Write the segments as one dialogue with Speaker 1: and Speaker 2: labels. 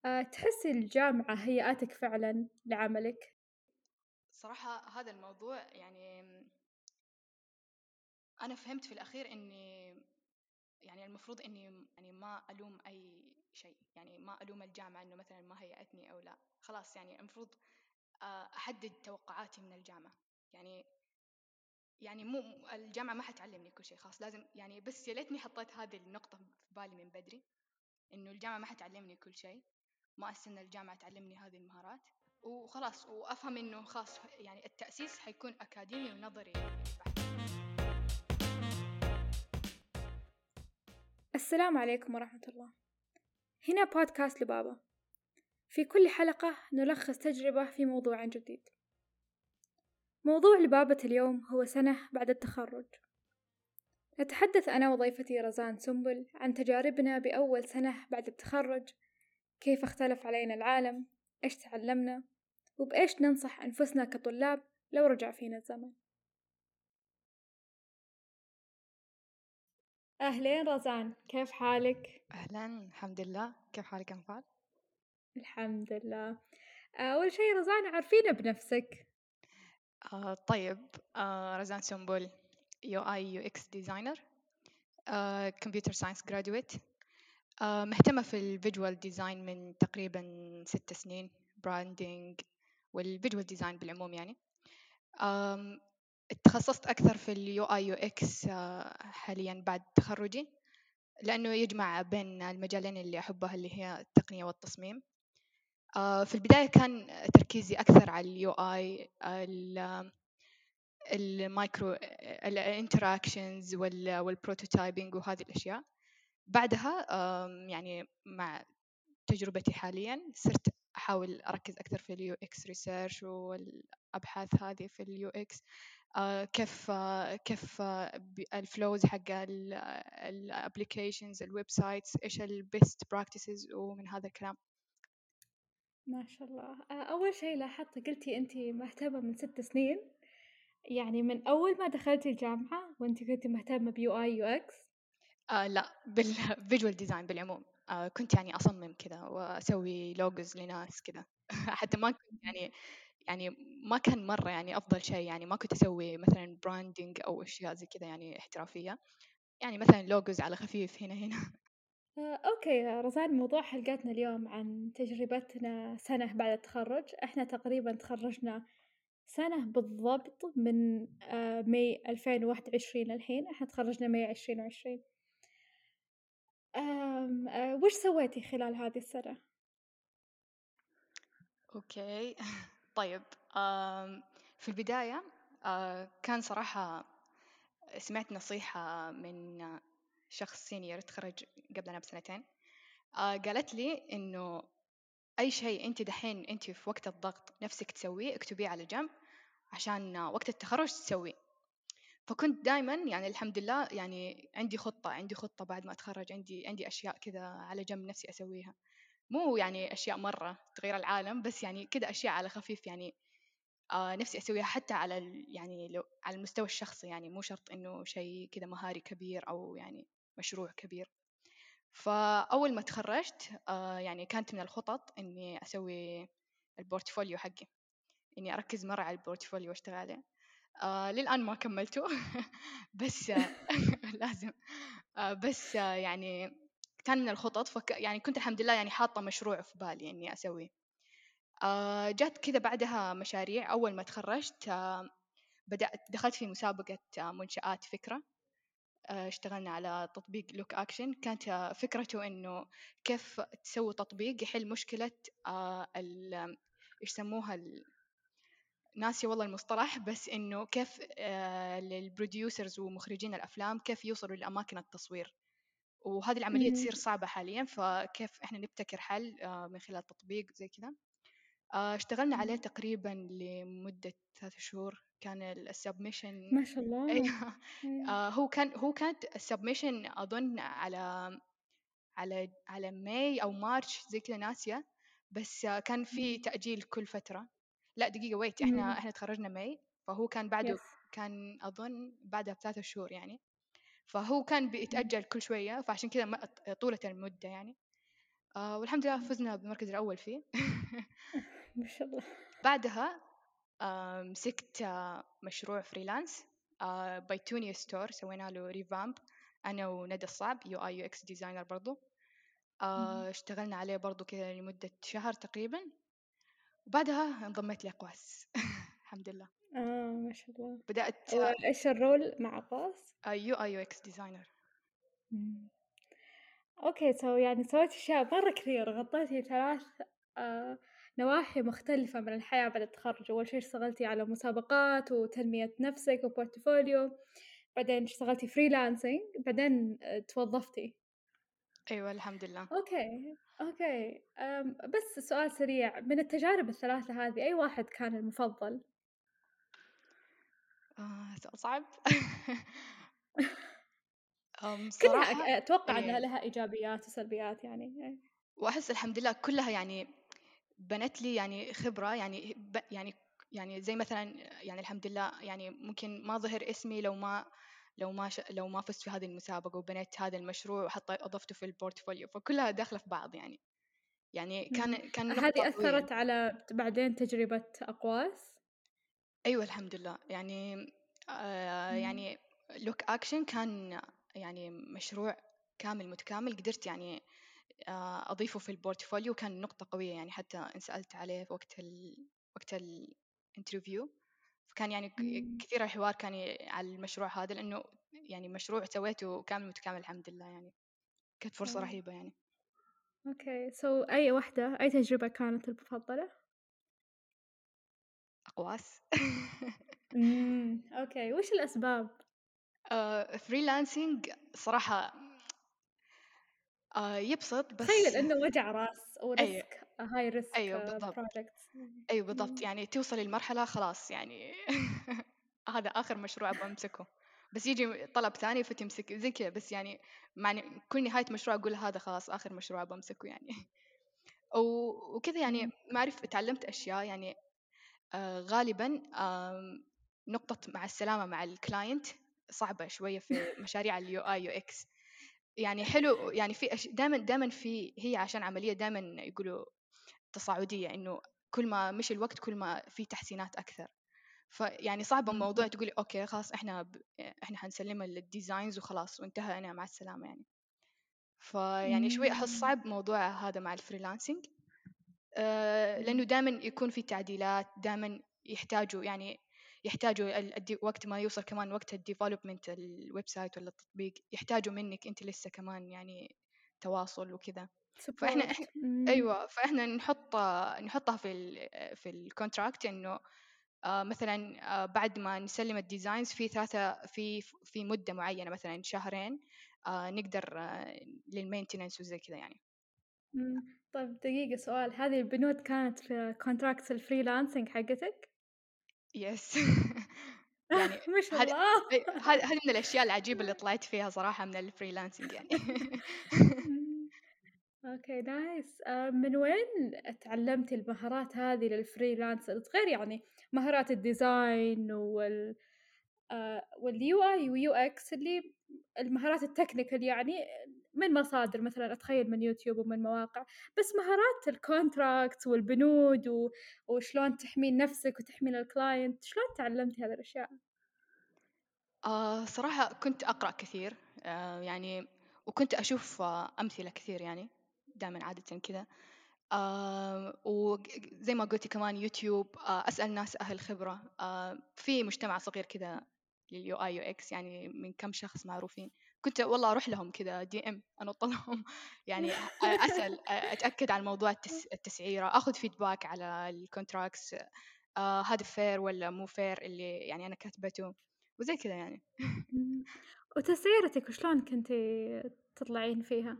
Speaker 1: تحسي الجامعة هيأتك فعلا لعملك؟
Speaker 2: صراحة هذا الموضوع يعني أنا فهمت في الأخير إني يعني المفروض إني يعني ما ألوم أي شيء، يعني ما ألوم الجامعة إنه مثلا ما هيأتني أو لا. خلاص يعني المفروض أحدد توقعاتي من الجامعة. يعني مو الجامعة ما حتعلمني كل شيء، خلاص لازم يعني، بس يا ليتني حطيت هذه النقطة في بالي من بدري، إنه الجامعة ما حتعلمني كل شيء، ما أستنى الجامعة تعلمني هذه المهارات وخلاص، وأفهم إنه خلاص يعني التأسيس حيكون أكاديمي ونظري بحت.
Speaker 1: السلام عليكم ورحمة الله. هنا بودكاست لبابا. في كل حلقة نلخص تجربة في موضوع جديد. موضوع لبابة اليوم هو سنة بعد التخرج. نتحدث أنا وضيفتي رزان سنبل عن تجاربنا بأول سنة بعد التخرج، كيف اختلف علينا العالم، إيش تعلمنا، وبإيش ننصح أنفسنا كطلاب لو رجع فينا الزمن. أهلين رزان، كيف حالك؟
Speaker 2: أهلا، الحمد لله. كيف حالك أنفال؟
Speaker 1: الحمد لله. أول شي رزان عرفينا بنفسك.
Speaker 2: طيب. رزان سنبل، يو اي يو اكس ديزاينر، كمبيوتر ساينس جرادويت، مهتمة في الفيجوال ديزاين من تقريبا 6 سنين، براندنج والفيجوال ديزاين بالعموم يعني. تخصصت أكثر في اليو اي يو اكس حاليا بعد تخرجي، لأنه يجمع بين المجالين اللي أحبها اللي هي التقنية والتصميم. في البداية كان تركيزي أكثر على اليو اي، المايكرو الانتراكشنز والبروتوتايبنج وهذه الأشياء. بعدها يعني مع تجربتي حاليا صرت أحاول أركز أكثر في اليو إكس ريسيرش والأبحاث هذه في اليو إكس. كيف الفلوز حق الابلكيشنز، الويب سايتس، ايش البيست براكتسز ومن هذا الكلام.
Speaker 1: ما شاء الله. أول شي لاحظت قلتي أنتي مهتمة من 6 سنين، يعني من أول ما دخلتي الجامعة وأنتي كنتي مهتمة بيو آي يو إكس؟
Speaker 2: لا، بالفيجوال ديزاين بالعموم. كنت يعني أصمم كذا وأسوي لوجوز لناس كذا. حتى ما كنت يعني ما كان مرة يعني أفضل شيء، يعني ما كنت أسوي مثلا براندنج أو أشياء زي كذا يعني احترافية، يعني مثلا لوجوز على خفيف هنا هنا.
Speaker 1: أوكي يا رزان، موضوع حلقتنا اليوم عن تجربتنا سنة بعد التخرج. إحنا تقريبا تخرجنا سنة بالضبط من ماي 2021 الحين، إحنا تخرجنا ماي 2020. وش سويتي خلال هذه السنة؟
Speaker 2: أوكي. طيب. في البداية كان صراحة سمعت نصيحة من شخص سينيور تخرج قبلنا بسنتين. قالت لي إنه أي شيء أنت دحين أنت في وقت الضغط نفسك تسويه اكتبيه على جنب عشان وقت التخرج تسويه. فكنت دائما يعني الحمد لله يعني عندي خطة بعد ما أتخرج، عندي أشياء كذا على جنب نفسي أسويها. مو يعني أشياء مرة تغير العالم، بس يعني كذا أشياء على خفيف يعني. نفسي أسويها حتى على يعني لو على المستوى الشخصي، يعني مو شرط إنه شيء كذا مهاري كبير أو يعني مشروع كبير. فأول ما تخرجت يعني كانت من الخطط إني أسوي البورتفوليو حقي، إني أركز مرة على البورتفوليو وأشتغل عليه. للآن ما كملته. بس لازم. بس يعني كان من الخطط، يعني كنت الحمد لله يعني حاطة مشروع في بالي إني أسويه. جات كذا بعدها مشاريع. أول ما تخرجت دخلت في مسابقة منشآت فكرة. اشتغلنا على تطبيق لوك أكشن. كانت فكرته إنه كيف تسوي تطبيق يحل مشكلة إيش يسموها ناسي والله المصطلح، بس إنه كيف للبروديوسرز ومخرجين الأفلام كيف يوصلوا لأماكن التصوير، وهذه العملية
Speaker 1: مم.
Speaker 2: تصير صعبة حاليا، فكيف إحنا نبتكر حل من خلال تطبيق زي كذا. اشتغلنا عليه تقريبا لمدة 3 شهور. كان السبمشن.
Speaker 1: ما شاء الله.
Speaker 2: أيوة.
Speaker 1: أيوة.
Speaker 2: هو كانت السبمشن أظن على ماي أو مارش زي كذا ناسية. بس كان في تأجيل كل فترة. لا دقيقة، ويت،
Speaker 1: مم.
Speaker 2: احنا تخرجنا ماي، فهو كان بعده،
Speaker 1: يس.
Speaker 2: كان أظن بعدها ب3 شهور يعني. فهو كان
Speaker 1: مم.
Speaker 2: بيتأجل كل شوية، فعشان كذا طولة المدة يعني. والحمد لله فزنا بالمركز الأول فيه.
Speaker 1: ما شاء الله.
Speaker 2: بعدها مسكت مشروع فريلانس بايتونيا ستور، سوينا له ريفامب أنا وندى الصعب UI UX ديزاينر برضو. اشتغلنا عليه برضو كذا لمدة شهر تقريبا، وبعدها انضميت لأقواس. الحمد لله.
Speaker 1: ما شاء الله.
Speaker 2: بدأت
Speaker 1: وإيش الرول مع باص؟
Speaker 2: UI UX ديزاينر.
Speaker 1: أوكي، يعني سويت أشياء مرة كثير، غطيتي 3 نواحي مختلفة من الحياة بعد التخرج. أول شي اشتغلتي على مسابقات وتنمية نفسك وبورتفوليو، بعدين اشتغلتي فريلانسينج، بعدين توظفتي.
Speaker 2: أيوة الحمد لله.
Speaker 1: أوكي. بس سؤال سريع، من التجارب الثلاثة هذه أي واحد كان المفضل؟
Speaker 2: سؤال صعب. صراحة
Speaker 1: كلها أتوقع أنها
Speaker 2: إيه.
Speaker 1: لها إيجابيات وسلبيات يعني.
Speaker 2: وأحس الحمد لله كلها يعني بنت لي يعني خبرة، يعني يعني زي مثلا يعني الحمد لله يعني ممكن ما ظهر اسمي لو ما فزت في هذه المسابقة وبنيت هذا المشروع وحط أضفته في البورتفوليو، فكلها داخلة في بعض يعني كان نقطة
Speaker 1: هذه
Speaker 2: قوية.
Speaker 1: أثرت على بعدين تجربة أقواس؟
Speaker 2: أيوة الحمد لله يعني
Speaker 1: مم.
Speaker 2: يعني لوك أكشن كان يعني مشروع كامل متكامل، قدرت يعني أضيفه في البورتفوليو، كان نقطة قوية يعني حتى انسألت عليه في وقت الانترفيو. فكان يعني
Speaker 1: مم.
Speaker 2: كثير الحوار كان على المشروع هذا، لأنه يعني مشروع سويته كامل متكامل الحمد لله، يعني كانت فرصة
Speaker 1: أوه.
Speaker 2: رهيبة يعني.
Speaker 1: أوكي، أي تجربة كانت المفضلة؟
Speaker 2: أقواس.
Speaker 1: أوكي، وش الأسباب؟
Speaker 2: فريلانسينج صراحة يبسط
Speaker 1: تخيل
Speaker 2: بس.
Speaker 1: إنه وجع راس
Speaker 2: أي
Speaker 1: وريسك، هاي ريسك
Speaker 2: أيوه بالضبط.
Speaker 1: بروجكت.
Speaker 2: أيوه بالضبط، يعني توصل للمرحلة خلاص يعني. هذا آخر مشروع أبغى أمسكه، بس يجي طلب ثاني فتمسك زي كذا، بس يعني مع كل نهاية مشروع أقول هذا خلاص آخر مشروع أبغى أمسكه يعني. وكذا يعني ما أعرف، تعلمت أشياء يعني غالبا نقطة مع السلامة مع الكلاينت صعبة شوية في مشاريع UI UX. يعني حلو يعني في دائما في هي عشان عملية دائما يقولوا تصاعدية، إنه كل ما مشي الوقت كل ما في تحسينات أكثر. فيعني صعب الموضوع تقولي أوكي خلاص إحنا حنسلم الديزاينز وخلاص وانتهى أنا مع السلامة يعني. فيعني شوي أحس صعب موضوع هذا مع الفريلانسينج، لأنه دائما يكون في تعديلات، دائما يحتاجوا وقت ما يوصل كمان وقت الديفلوبمنت الويب سايت ولا التطبيق، يحتاجوا منك أنت لسه كمان يعني تواصل وكذا. فإحنا
Speaker 1: سبورت.
Speaker 2: أيوة، فإحنا نحطها في الكونتراكت إنه مثلا بعد ما نسلم الديزاينز في مدة معينة مثلا شهرين نقدر للمينتننس وزي كذا يعني.
Speaker 1: طيب دقيقة، سؤال، هذه البنود كانت في كونتراكتس الفريلانسنج حقتك؟
Speaker 2: يس. يعني
Speaker 1: ما شاء
Speaker 2: هذه
Speaker 1: الله.
Speaker 2: هذه من الأشياء العجيبة اللي طلعت فيها صراحة من الفريلانسنج يعني.
Speaker 1: اوكي نايس. من وين تعلمتي المهارات هذه للفريلانسر، غير يعني مهارات الديزاين واليو اي ويو اكس، اللي المهارات التكنيكال يعني من مصادر مثلا اتخيل من يوتيوب ومن مواقع، بس مهارات الكونتراكت والبنود وشلون تحمين نفسك وتحمين الكلاينت، شلون تعلمتي هذه الاشياء؟
Speaker 2: صراحة كنت أقرأ كثير يعني، وكنت أشوف أمثلة كثير يعني، دائما عادة كذا. وزي ما قلتي كمان يوتيوب، أسأل ناس أهل خبرة في مجتمع صغير كذا للUI UX، يعني من كم شخص معروفين، كنت والله أروح لهم كذا DM أنط لهم. يعني أسأل أتأكد عن موضوع التسعيرة، أخذ فيدباك على الكونتراكتس، هذا فير ولا مو فير اللي يعني أنا كاتبته وزي كذا يعني.
Speaker 1: مم. وتسعيرتك وشلون كنتي تطلعين فيها؟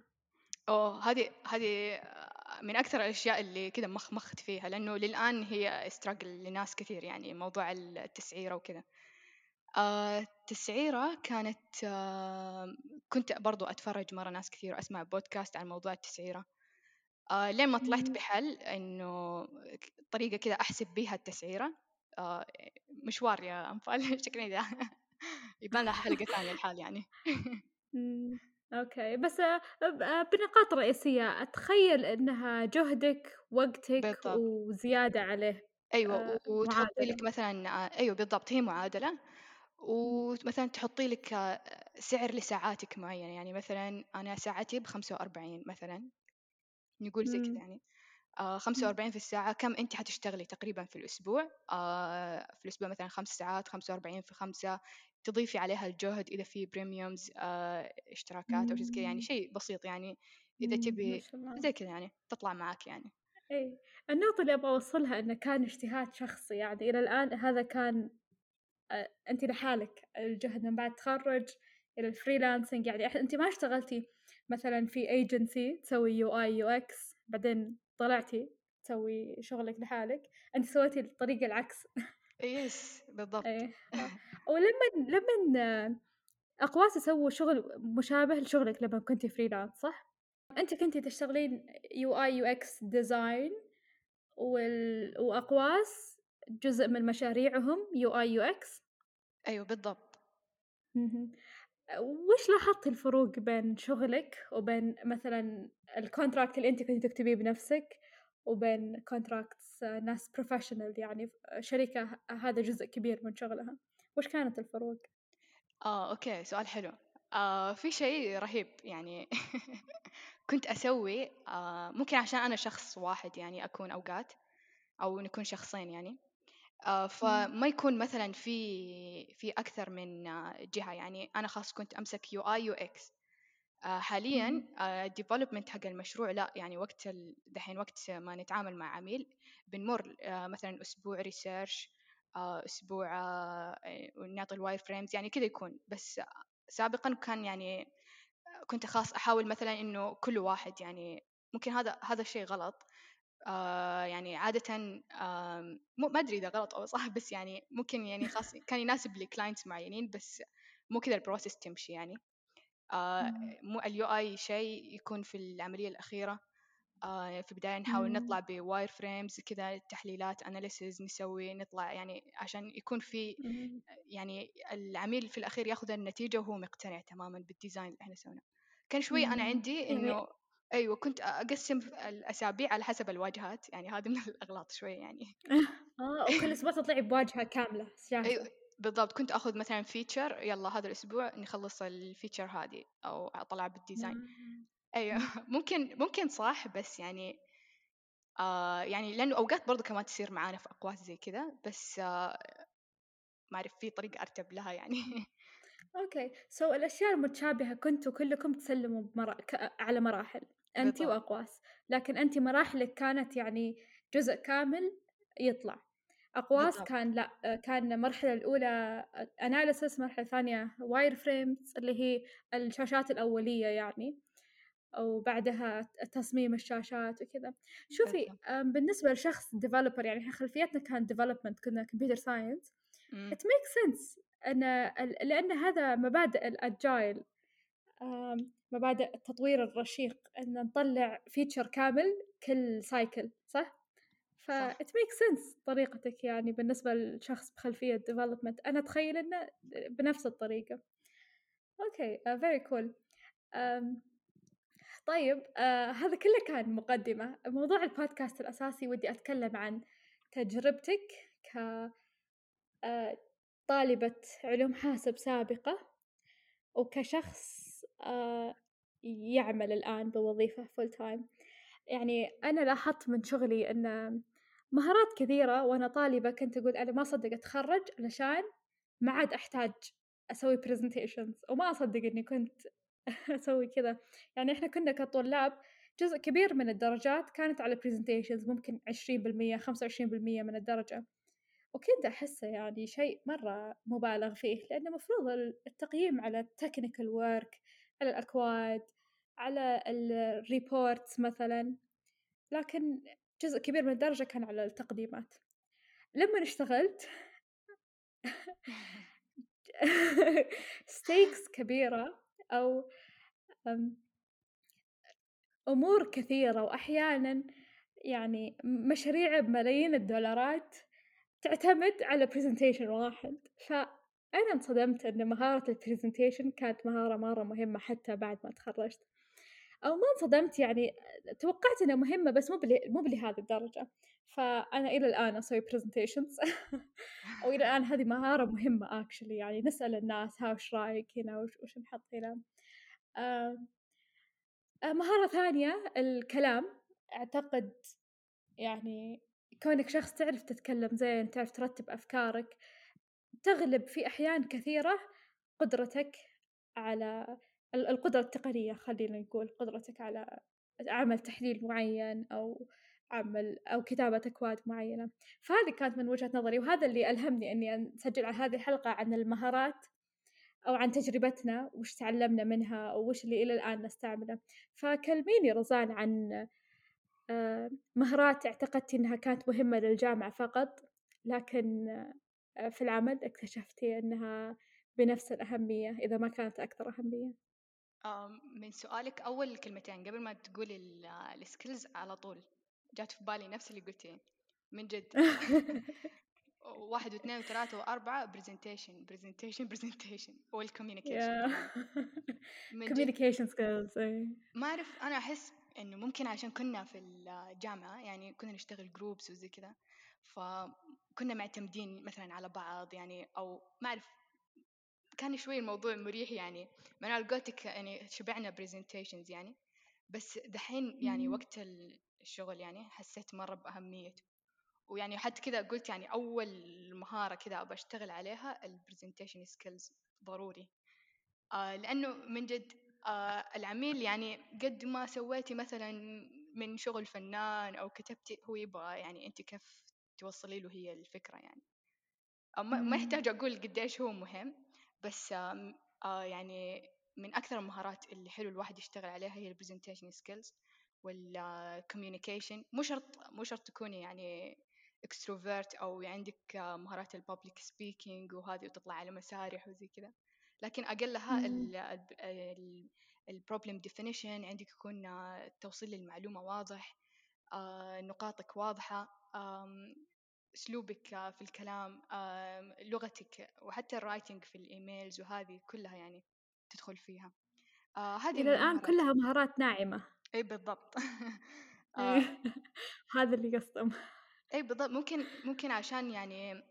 Speaker 2: هذه من أكثر الأشياء اللي كذا مخت فيها، لأنه للآن هي استراجل لناس كثير يعني موضوع التسعيرة وكذا. التسعيرة كانت كنت برضو أتفرج مرة ناس كثير وأسمع بودكاست عن موضوع التسعيرة، لين ما طلعت
Speaker 1: مم.
Speaker 2: بحل إنه طريقة كذا أحسب بيها التسعيرة. آه، مشوار يا أنفال. شكرا ده. يبان لها حلقة ثانية الحال يعني.
Speaker 1: مم. أوكي، بس بنقاط رئيسية، أتخيل إنها جهدِك، وقتِك
Speaker 2: بالضبط.
Speaker 1: وزيادة عليه،
Speaker 2: أيوه، وتحطّي
Speaker 1: معادلة.
Speaker 2: لِك مثلًا أيوه بالضبط هي معادلة،
Speaker 1: إمم.
Speaker 2: ومثلًا تحطّي لِك سعر لساعاتِك معيّنة، يعني مثلًا أنا ساعتي ب45 مثلًا، نقول زي كذا
Speaker 1: إمم.
Speaker 2: يعني.
Speaker 1: إمم.
Speaker 2: 45 في الساعة كم أنتِ حتشتغلي تقريبًا في الأسبوع؟ في الأسبوع مثلًا 5 ساعات، 45 في 5 تضيفي عليها الجهد إذا في premiums اشتراكات أو شي زي كذا، يعني
Speaker 1: إمم.
Speaker 2: شيء بسيط يعني إذا
Speaker 1: إمم. ما
Speaker 2: تبي
Speaker 1: شاء الله.
Speaker 2: زي كذا يعني تطلع معاك يعني.
Speaker 1: إيه، النقطة اللي أبغى أوصّلها إنه كان اجتهاد شخصي، يعني إلى الآن هذا كان أنتِ لحالِك، الجهد من بعد تخرُّج إلى الfreelancing، يعني أنتِ ما اشتغلتِ مثلًا في agency تسوي UI UX بعدين طلعتِ تسوي شغلِك لحالِك، أنتِ سويتِ الطريقة العكس.
Speaker 2: يس بالضبط.
Speaker 1: إيه، ولمن أقواس سووا شغل مشابه لشغلِك لمّا كنتِ freelance صح؟ أنتِ كنتِ تشتغلين UI UX design وأقواس جزء من مشاريعهم UI UX.
Speaker 2: أيوه بالضبط.
Speaker 1: اهم. وش لاحظتِ الفروق بين شغلِك وبين مثلًا الcontract اللي أنتِ كنتِ تكتبيه بنفسِك، وبين contracts ناس professional يعني شركة هذا جزء كبير من شغلها، وش كانت الفروق؟
Speaker 2: أوكي سؤال حلو. في شيء رهيب يعني كنت أسوي ممكن عشان أنا شخص واحد يعني أكون أوقات أو نكون شخصين يعني.
Speaker 1: إمم.
Speaker 2: فما يكون مثلًا في أكثر من جهة، يعني أنا خلاص كنت أمسك UI UX. حاليًا
Speaker 1: إمم.
Speaker 2: الdevelopment حق المشروع لأ، يعني دحين وقت ما نتعامل مع عميل بنمُر مثلًا أسبوع research، أسبوع ونعطي الwireframes يعني كذا يكون. بس سابقًا كان يعني كنت خلاص أحاول مثلًا إنه كل واحد يعني ممكن هذا الشيء غلط. يعني عادةً ما أدري إذا غلط أو صح، بس يعني ممكن يعني خلاص كان يناسب لclients معينين، بس مو كذا الprocess تمشي يعني.
Speaker 1: إمم.
Speaker 2: مو الUI شيء يكون في العملية الأخيرة. في البداية نحاول
Speaker 1: إمم.
Speaker 2: نطلع بwireframes كذا تحليلات analysis نسوي نطلع يعني عشان يكون في
Speaker 1: إمم.
Speaker 2: يعني العميل في الأخير ياخذ النتيجة وهو مقتنع تمامًا بالdesign اللي إحنا سويناه. كان شوي أنا
Speaker 1: إمم.
Speaker 2: عندي
Speaker 1: يعني
Speaker 2: إنه أيوه كنت أقسّم الأسابيع على حسب الواجهات، يعني هذه من الأغلاط شوية يعني.
Speaker 1: وكل أسبوع تطلعي بواجهة كاملة
Speaker 2: أيوه
Speaker 1: جاهزة.
Speaker 2: بالضبط، كنت آخُذ مثلًا feature يالّا هذا الأسبوع نخلّص الfeature هذه أو أطلع بالdesign.
Speaker 1: إمم.
Speaker 2: أيوه
Speaker 1: إمم.
Speaker 2: ممكن صح، بس يعني يعني لإنه أوقات برضه كمان تصير معانا في أقواس زي كذا، بس ما أعرف في طريقة أرتب لها يعني.
Speaker 1: أوكي، الأشياء المتشابهة كنتم كلكم تسلموا على مراحل، أنتِ
Speaker 2: بالضبط.
Speaker 1: وأقواس، لكن أنتِ مراحلِك كانت يعني جزء كامل يطلع، أقواس
Speaker 2: بالضبط.
Speaker 1: كان لأ، كان المرحلة الأولى analysis، المرحلة الثانية wireframes اللي هي الشاشات الأولية يعني، وبعدها تصميم الشاشات وكذا. شوفي،
Speaker 2: بالضبط.
Speaker 1: بالنسبة لشخص developer يعني إحنا خلفيتنا كانت development، كنا computer science.
Speaker 2: إمم.
Speaker 1: it makes sense أن لأن هذا مبادئ الagile، مبادئ التطوير الرشيق، إن نطلّع feature كامل كل cycle صح؟
Speaker 2: صح.
Speaker 1: it makes sense طريقتِك يعني بالنسبة لشخص بخلفية development، أنا أتخيل إنه بنفس الطريقة. أوكي، very cool. آمم طيب، هذا كله كان مقدمة. موضوع البودكاست الأساسي ودي أتكلم عن تجربتِك ك طالبة علوم حاسب سابقة، وكشخص يعمل الآن بوظيفة full time. يعني أنا لاحظت من شغلي إن مهارات كثيرة وأنا طالبة كنت أقول أنا ما أصدق أتخرج علشان ما عاد أحتاج أسوي presentations، وما أصدق إني كنت أسوي كذا. يعني إحنا كنا كطلاب جزء كبير من الدرجات كانت على presentations، ممكن 20% 25% من الدرجة، وكنت أحسه يعني شيء مرة مبالغ فيه، لأنه المفروض التقييم على الtechnical work، على الأكواد، على الreports مثلًا، لكن جزء كبير من الدرجة كان على التقديمات. لمن اشتغلت stakes كبيرة، أو آمم أمور كثيرة، وأحيانًا يعني مشاريع بملايين الدولارات تعتمد على presentation واحد، أنا انصدمت إن مهارة البرزنتيشن كانت مهارة مرة مهمة حتى بعد ما تخرجت، أو ما انصدمت يعني توقعت إنها مهمة بس مو بلهذه الدرجة. فأنا إلى الآن أسوي presentations أو إلى الآن هذه مهارة مهمة actually، يعني نسأل الناس ها وش رأيك هنا وش نحط هنا. آه مهارة ثانية الكلام. أعتقد يعني كونك شخص تعرف تتكلم زين، تعرف ترتب أفكارك، تغلب في أحيان كثيرة قدرتك على القدرة التقنية، خلينا نقول قدرتك على عمل تحليل معين أو كتابة أكواد معينة. فهذه كانت من وجهة نظري، وهذا اللي ألهمني أني أسجل على هذه الحلقة عن المهارات أو عن تجربتنا وش تعلمنا منها وش اللي إلى الآن نستعمله. فكلميني رزان عن مهارات اعتقدتي أنها كانت مهمة للجامعة فقط، لكن في العمل اكتشفتي أنها بنفس الأهمية إذا ما كانت أكثر أهمية.
Speaker 2: من سؤالك أول كلمتين قبل ما تقولي السكيلز على طول جات في بالي نفس اللي قلتيه من جد. واحد واثنين وثلاثة وأربعة presentation والcommunication
Speaker 1: يا
Speaker 2: كمان من جد.
Speaker 1: communication skills.
Speaker 2: ما أعرف، أنا أحس إنه ممكن عشان كنا في الجامعة يعني كنا نشتغل جروبس وزي كذا، فكنا معتمدين مثلا على بعض يعني، أو ما أعرف، كان شوي الموضوع مريح يعني. ما أنا قلتك يعني شبعنا presentations يعني. بس دحين يعني وقت الشغل يعني حسيت مرة بأهميته، ويعني حتى كذا قلت يعني أول مهارة كذا أبى أشتغل عليها البرزنتيشن سكيلز ضروري. لأنه من جد العميل يعني قد ما سويتي مثلا من شغل فنان أو كتبتي، هو يبغى يعني أنت كيف توصلي له هي الفكرة يعني. ما يحتاج أقول قديش هو مهم، بس يعني من أكثر المهارات اللي حلو الواحد يشتغل عليها هي البرزنتيشن سكيلز والكوميونيكيشن. مو شرط تكوني يعني اكستروفيرت أو عندك مهارات البابليك سبيكينج وهذه وتطلع على مسارح وزي كذا، لكن أقلها البروبلم ديفينيشن عندك يكون توصيل للمعلومة واضح، نقاطك واضحة، أسلوبك في الكلام، لغتك، وحتى الرايتنج في الإيميلز، وهذه كلها يعني تدخل فيها. هذه
Speaker 1: إلى
Speaker 2: من
Speaker 1: الآن
Speaker 2: المهارات.
Speaker 1: كلها مهارات ناعمة.
Speaker 2: أي بالضبط. آه،
Speaker 1: هذا اللي قصدهم.
Speaker 2: أي بالضبط. ممكن عشان يعني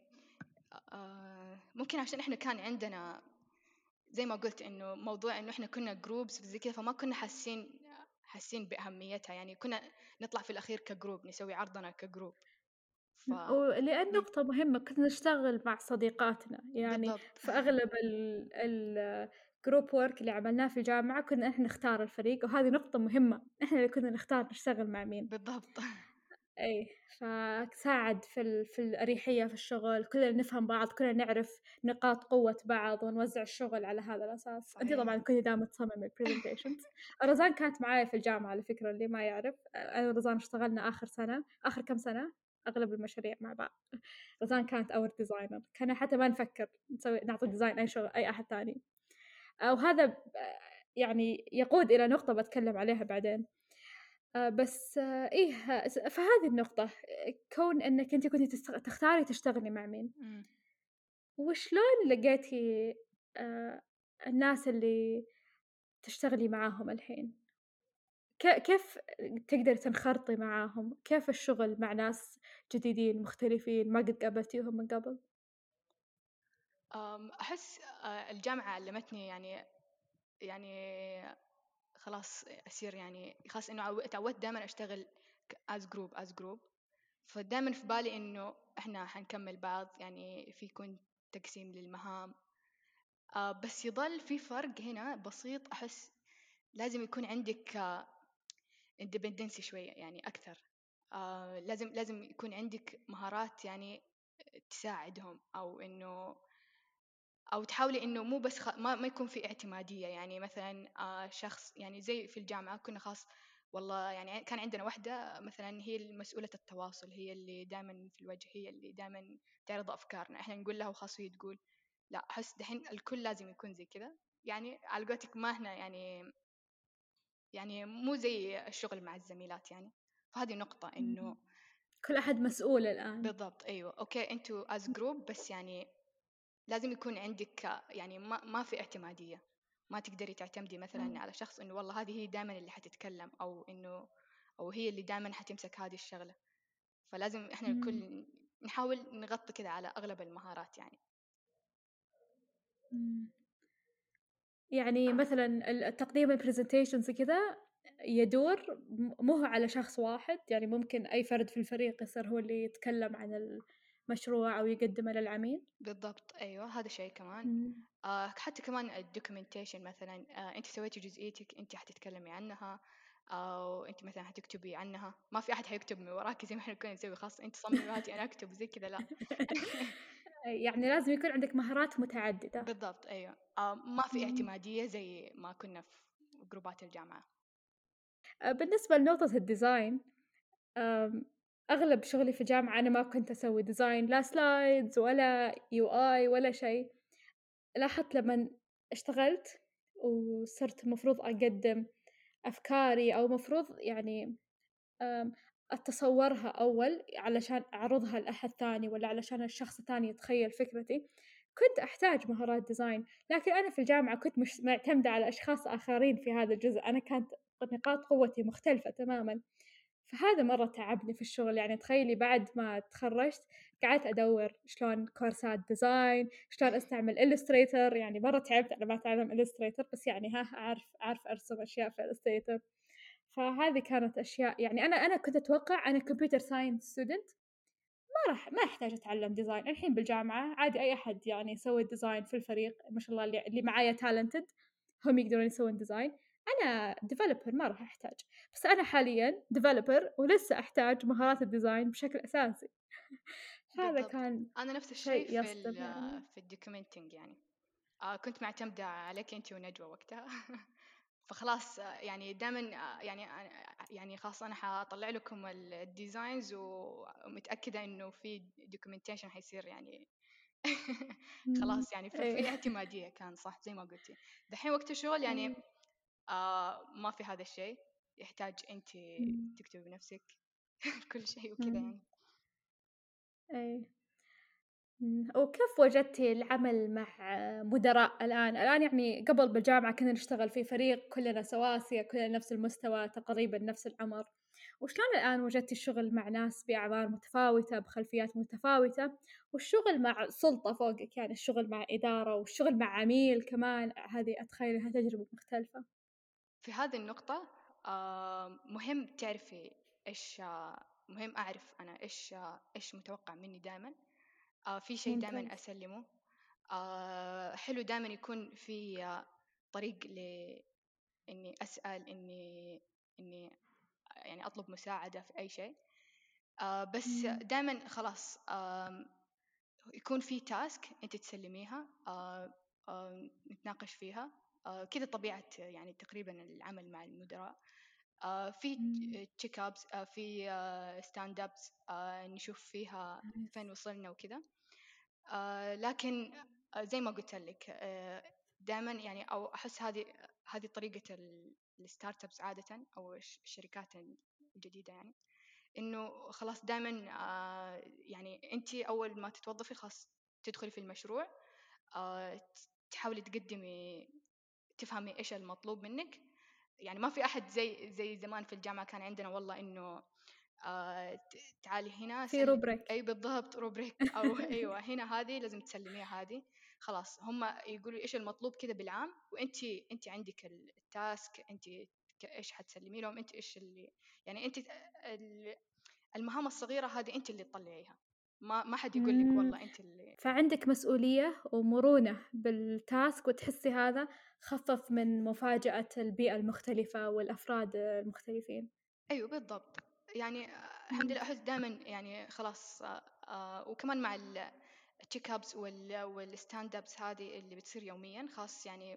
Speaker 2: ممكن عشان إحنا كان عندنا زي ما قلت إنه موضوع إنه إحنا كنا جروبس زي كذا، فما كنا حاسين بأهميتها يعني. كنا نطلع في الأخير كجروب نسوي عرضنا كجروب. ف
Speaker 1: ولأن
Speaker 2: مم،
Speaker 1: نقطة مهمة كنا نشتغل مع صديقاتنا، يعني
Speaker 2: بالضبط.
Speaker 1: في أغلب ال group work اللي عملناه في الجامعة كنا إحنا نختار الفريق، وهذه نقطة مهمة، إحنا اللي كنا نختار نشتغل مع مين.
Speaker 2: بالضبط.
Speaker 1: أي فساعد في الأريحية في الشغل، كلنا نفهم بعض، كلنا نعرف نقاط قوة بعض ونوزع الشغل على هذا الأساس. أنتِ
Speaker 2: صحيح.
Speaker 1: طبعًا كنتِ دائمًا تصممي الpresentations. رزان كانت معايا في الجامعة على فكرة، اللي ما يعرف أنا ورزان اشتغلنا آخر كم سنة أغلب المشاريع مع بعض. رزان كانت our designer، كنا حتى ما نفكر نعطي ديزاين أي شغل أي أحد تاني. وهذا يعني يقود إلى نقطة باتكلم عليها بعدين. بس إيه فهذه النقطة، كون إنِّك أنتِ كنتِ تختاري تشتغلي مع مين،
Speaker 2: مم.
Speaker 1: وشلون لقيتِ آآ الناس اللي تشتغلي معاهم الحين؟ كيف تقدري تنخرطي معاهم؟ كيف الشغل مع ناس جديدين مختلفين ما قد قابلتيهم من قبل؟
Speaker 2: أحس الجامعة علمتني يعني خلاص أصير يعني خلاص إنه تعودت دائما أشتغل as group. فدائما في بالي إنه إحنا حنكمل بعض يعني، في يكون تقسيم للمهام. بس يظل في فرق هنا بسيط. أحس لازم يكون عندك independence شوية يعني أكثر. لازم يكون عندك مهارات يعني تساعدهم، أو تحاولي إنه مو بس ما يكون في اعتمادية يعني. مثلا شخص يعني زي في الجامعة كنا خاص، والله يعني كان عندنا واحدة مثلا هي مسؤولة التواصل، هي اللي دائما في الوجه، هي اللي دائما تعرض أفكارنا، إحنا نقول لها وخاص هي تقول. لا، أحس دحين الكل لازم يكون زي كذا يعني. على قولتك ما هنا يعني مو زي الشغل مع الزميلات يعني. فهذه نقطة إنه
Speaker 1: كل أحد مسؤول الآن.
Speaker 2: بالضبط. أيوة، أوكي، أنتوا as group بس يعني لازم يكون عندك يعني ما في اعتمادية، ما تقدري تعتمدي مثلا على شخص إنه والله هذه هي دائما اللي حتتكلم، أو إنه أو هي اللي دائما حتمسك هذه الشغلة. فلازم إحنا
Speaker 1: مم.
Speaker 2: الكل نحاول نغطي كده على أغلب المهارات يعني.
Speaker 1: مم. يعني مثلا التقديم البرزنتيشنز كذا يدور مو هو على شخص واحد، يعني ممكن أي فرد في الفريق يصير هو اللي يتكلم عن المشروع أو يقدمه للعميل.
Speaker 2: بالضبط، أيوة، هذا شيء كمان.
Speaker 1: مم.
Speaker 2: حتى كمان الدوكيومنتيشن مثلا، أنت سويتي جزئيتك، أنت حتتكلمي عنها، أو أنت مثلا حتكتبي عنها. ما في أحد حيكتب من وراكي زي ما احنا كنا نسوي، خاص أنت صممي هاتي أنا أكتب زي كذا، لا.
Speaker 1: يعني لازم يكون عندك مهارات متعددة.
Speaker 2: بالضبط، أيوة. ما في
Speaker 1: مم.
Speaker 2: اعتمادية زي ما كنا في جروبات الجامعة.
Speaker 1: بالنسبة لنقطة الديزاين، آم، أغلب شغلي في الجامعة أنا ما كنت أسوي ديزاين، لا سلايدز ولا يو آي ولا شيء. لاحظت لما اشتغلت وصرت المفروض أقدم أفكاري، أو مفروض يعني أتصورها أول علشان أعرضها لأحد ثاني، ولا علشان الشخص الثاني يتخيل فكرتي، كنت أحتاج مهارات ديزاين. لكن أنا في الجامعة كنت مش معتمدة على أشخاص آخرين في هذا الجزء، أنا كانت نقاط قوتي مختلفة تماماً. فهذا مرة تعبني في الشغل. يعني تخيلي بعد ما تخرجت قعدت أدور شلون كورسات ديزاين، شلون أستعمل إلستريتر. يعني مرة تعبت على ما أتعلم إلستريتر، بس يعني أعرف أرسم أشياء في إلستريتر. فهذه كانت أشياء، يعني أنا كنت أتوقع أنا كمبيوتر ساينس ستودنت ما أحتاج أتعلم ديزاين. الحين بالجامعة عادي أي أحد يعني يسوي ديزاين في الفريق، ما شاء الله اللي معايا تالنتد هم يقدرون يسوون ديزاين. أنا ديفلوبر ما راح أحتاج. بس أنا حاليا ديفلوبر ولسه أحتاج مهارات الديزاين بشكل أساسي. هذا
Speaker 2: بالضبط،
Speaker 1: كان
Speaker 2: أنا نفس الشيء
Speaker 1: شيء
Speaker 2: في
Speaker 1: يصدم يعني.
Speaker 2: في الدوكيومنتنج يعني. كنت معتمدة عليك أنت ونجوى وقتها. فخلاص، يعني دائما، يعني خلاص أنا حطلع لكم الديزاينز، ومتأكدة إنه في دوكيومنتيشن حيصير يعني. خلاص يعني،
Speaker 1: إيه.
Speaker 2: ففي اعتمادية كان صح زي ما قلتي. دحين وقت الشغل يعني
Speaker 1: إيه.
Speaker 2: ما في هذا الشيء، يحتاج أنت
Speaker 1: مم.
Speaker 2: تكتبي بنفسك كل شيء وكذا
Speaker 1: مم.
Speaker 2: يعني.
Speaker 1: إيه. وكيف وجدتي العمل مع مدراء الآن يعني قبل بالجامعة كنا نشتغل في فريق كلنا سواسية، كلنا نفس المستوى تقريبا نفس العمر، وشلون الآن وجدتي الشغل مع ناس بأعمار متفاوتة بخلفيات متفاوتة، والشغل مع سلطة فوقك، يعني الشغل مع إدارة والشغل مع عميل كمان، هذه أتخيل إنها تجربة مختلفة.
Speaker 2: في هذه النقطة مهم تعرفي إيش، مهم أعرف أنا إيش متوقع مني دائما. في شيء دائما
Speaker 1: ممتاز.
Speaker 2: أسلمه. حلو دائما يكون في طريق لإني أسأل، إني يعني أطلب مساعدة في أي شيء. بس
Speaker 1: مم.
Speaker 2: دائما خلاص، يكون في تاسك أنت تسلميها، نتناقش فيها. كذا طبيعة يعني تقريبا العمل مع المدراء. في
Speaker 1: مم.
Speaker 2: تشيك ابس، في ستاند ابس، نشوف فيها فين وصلنا وكذا. لكن زي ما قلت لك، دائما يعني، او احس هذه طريقه الستارت ابس عاده، او الشركات الجديده يعني. انه خلاص دائما، يعني انت اول ما تتوظفي خلاص تدخلي في المشروع، آه، تحاولي تقدمي، تفهمي ايش المطلوب منك. يعني ما في احد زي زمان في الجامعه كان عندنا والله انه تعالي هنا
Speaker 1: في روبريك.
Speaker 2: اي بالضبط، روبريك، او ايوه هنا هذه لازم تسلميها هذه. خلاص هم يقولوا ايش المطلوب كذا بالعام، وانت عندك التاسك، انت ايش حتسلمي لهم، انت ايش اللي يعني انت المهام الصغيره هذه انت اللي تطلعيها. ما حد يقول لك
Speaker 1: مم.
Speaker 2: والله انت اللي.
Speaker 1: فعندك مسؤولية ومرونة بالتاسك، وتحسي هذا خفف من مفاجأة البيئة المختلفة والأفراد المختلفين.
Speaker 2: ايوه بالضبط. يعني الحمد
Speaker 1: مم.
Speaker 2: لله احس دائما يعني خلاص، وكمان مع التشيك ابس والستاند ابس هذه اللي بتصير يوميا، خاص يعني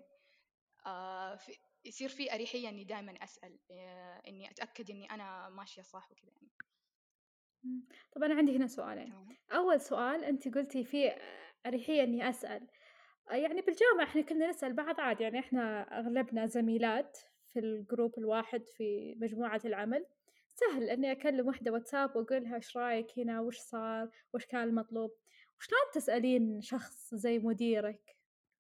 Speaker 2: يصير في اريحيه اني دائما اسال، اني اتاكد اني انا ماشيه صح وكذا يعني.
Speaker 1: مم. طب أنا عندي هنا سؤالين.
Speaker 2: تمام.
Speaker 1: أول سؤال، أنت قلتي في أريحية إني أسأل. يعني بالجامعة إحنا كنا نسأل بعض عادي، يعني إحنا أغلبنا زميلات في الجروب الواحد في مجموعة العمل. سهل إني أكلم واحدة واتساب وأقولها إيش رأيك هنا، وش صار، وش كان المطلوب. وشلون تسألين شخص زي مديرك؟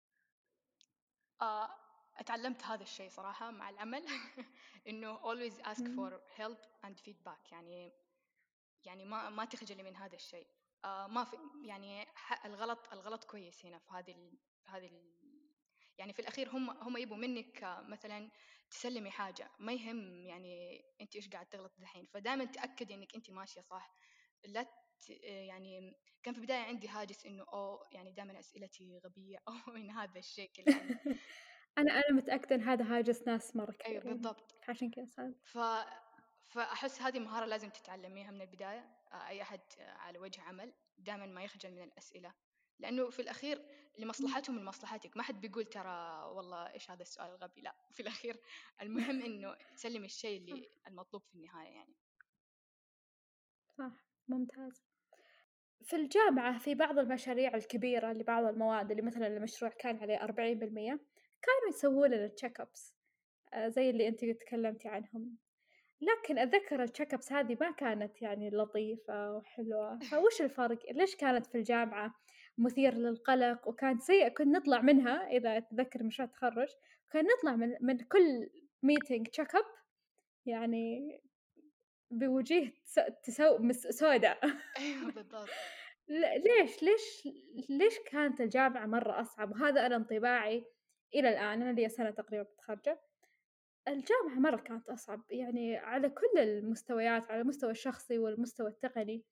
Speaker 2: اتعلمت هذا الشيء صراحة مع العمل إنه always ask
Speaker 1: مم.
Speaker 2: for help and feedback. يعني ما تخجلي من هذا الشيء. ما في يعني الغلط كويس هنا في هذه يعني في الأخير هم يبوا منك مثلا تسلمي حاجة، ما يهم يعني أنت إيش قاعد تغلط دحين، فدائما تأكدي إنك أنت ماشية صح. لا يعني كان في البداية عندي هاجس إنه يعني دائما أسئلتي غبية أو من هذا الشكل يعني.
Speaker 1: أنا متأكدة إن هذا هاجس ناس مرة
Speaker 2: أيوة
Speaker 1: كثير يعني،
Speaker 2: بالضبط.
Speaker 1: عشان كذا سألت.
Speaker 2: ف... فأحس هذه مهارة لازم تتعلميها من البداية. أي أحد على وجه عمل دائما ما يخجل من الأسئلة، لأنه في الأخير لمصلحتهم من مصلحتك. ما حد بيقول ترى والله إيش هذا السؤال الغبي، لا، في الأخير المهم إنه تسلم الشيء
Speaker 1: صح
Speaker 2: اللي المطلوب في النهاية يعني.
Speaker 1: صح، ممتاز. في الجامعة في بعض المشاريع الكبيرة لبعض المواد اللي مثلا المشروع كان عليه 40%، كانوا يسوون لنا تشيك أبس زي اللي أنتِ تكلمتِ عنهم، لكن أتذكر التشيك أبس هذه ما كانت يعني لطيفة وحلوة، فوش الفرق؟ ليش كانت في الجامعة مثير للقلق وكان سيء؟ كنا نطلع منها إذا أتذكر مشروع التخرج، كنا نطلع من كل meeting check up يعني بوجيه سوداء.
Speaker 2: أيوة بالضبط.
Speaker 1: ليش كانت الجامعة مرة أصعب؟ وهذا أنا انطباعي إلى الآن، أنا لي سنة تقريبا متخرجة. الجامعة مرة كانت أصعب يعني على كل المستويات، على المستوى الشخصي والمستوى التقني.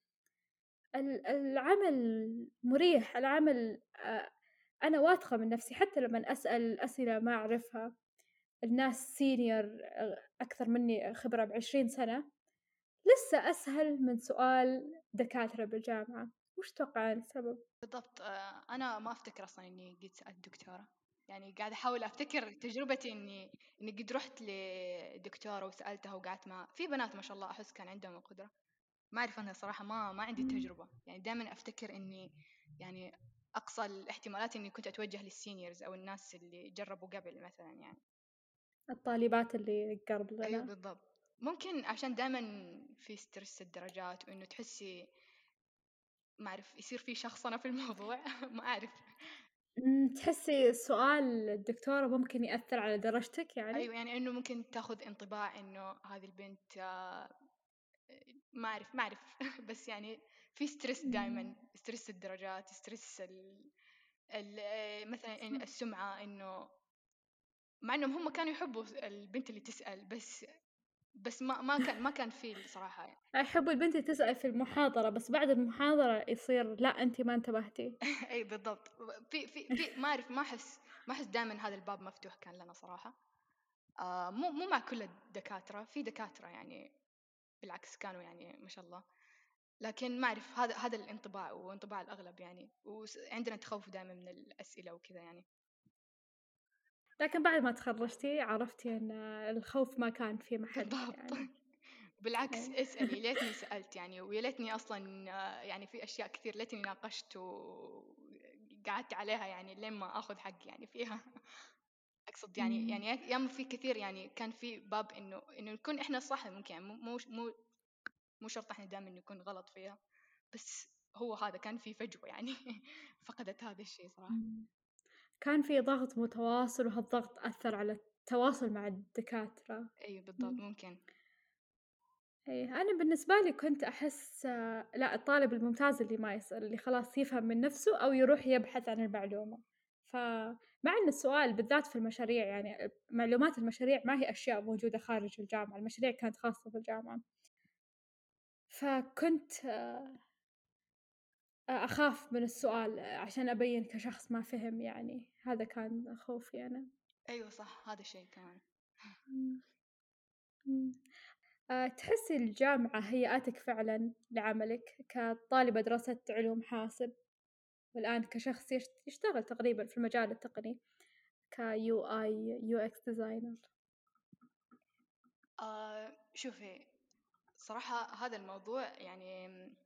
Speaker 1: العمل مريح، العمل أنا واثقة من نفسي حتى لما أسأل أسئلة ما أعرفها الناس سينيور أكثر مني خبرة ب20 سنة، لسه أسهل من سؤال دكاترة بالجامعة. وش تتوقعين السبب؟
Speaker 2: بالضبط. أنا ما أفتكر أصلا إني قد سألت دكتورة. يعني قاعدة أحاول أفتكر تجربتي إني قد رحت لدكتورة وسألتها وقعدت مع في بنات ما شاء الله أحس كان عندهم القدرة. ما أعرف، أنا صراحة ما عندي
Speaker 1: مم.
Speaker 2: تجربة. يعني دائما أفتكر إني يعني أقصى الاحتمالات إني كنت أتوجه للسينيورز أو الناس اللي جربوا قبل مثلا يعني.
Speaker 1: الطالبات اللي قرب
Speaker 2: أيوة
Speaker 1: لنا.
Speaker 2: بالضبط. ممكن عشان دائما في ستريس الدرجات وإنه تحسي ما أعرف يصير في شخصنة في الموضوع ما أعرف.
Speaker 1: تحسي سؤال الدكتورة ممكن يأثر على درجتك يعني؟
Speaker 2: أيوة يعني إنه ممكن تاخذ انطباع إنه هذه البنت ما أعرف بس يعني في ستريس،
Speaker 1: مم.
Speaker 2: دائما ستريس الدرجات، ستريس مثلا
Speaker 1: صح.
Speaker 2: السمعة، إنه مع إنهم هم كانوا يحبوا البنت اللي تسأل، بس ما كان في الصراحة يعني.
Speaker 1: أحب البنت تسأل في المحاضرة، بس بعد المحاضرة يصير لا أنتي ما انتبهتي.
Speaker 2: أي بالضبط. في ما أحس دائما هذا الباب مفتوح كان لنا صراحة. مو مع كل الدكاترة، في دكاترة يعني بالعكس كانوا يعني ما شاء الله. لكن ما أعرف، هذا الانطباع وانطباع الأغلب يعني، وعندنا تخوف دائما من الأسئلة وكذا يعني.
Speaker 1: لكن بعد ما تخرجتي عرفتي أن الخوف ما كان في محله
Speaker 2: بالضبط.
Speaker 1: يعني.
Speaker 2: بالعكس
Speaker 1: أي.
Speaker 2: اسألي، ليتني سألت يعني، ويا ليتني أصلا يعني في أشياء كثير ليتني ناقشت وقعدت عليها يعني لين ما أخذ حقي يعني فيها. أقصد يعني ياما في كثير يعني كان في باب إنه نكون إحنا صح. ممكن يعني مو شرط إحنا دائما نكون غلط فيها، بس هو هذا كان في فجوة يعني فقدت هذا الشيء صراحة.
Speaker 1: مم. كان في ضغط متواصل وهالضغط أثر على التواصل مع الدكاترة.
Speaker 2: أي بالضبط
Speaker 1: مم.
Speaker 2: ممكن.
Speaker 1: إيه، أنا بالنسبة لي كنت أحس لا، الطالب الممتاز اللي ما يسأل، اللي خلاص يفهم من نفسه أو يروح يبحث عن المعلومة. فمع أن السؤال بالذات في المشاريع يعني معلومات المشاريع ما هي أشياء موجودة خارج الجامعة، المشاريع كانت خاصة بالجامعة، فكنت أخاف من السؤال عشان أبين كشخص ما فهم يعني، هذا كان خوفي أنا.
Speaker 2: أيوة صح، هذا الشيء كمان.
Speaker 1: مم. مم. تحسي الجامعة هيأتك فعلا لعملك كطالبة دراسة علوم حاسب، والآن كشخص يشتغل تقريبا في المجال التقني كيو آي يو إكس ديزاينر؟
Speaker 2: شوفي صراحة هذا الموضوع يعني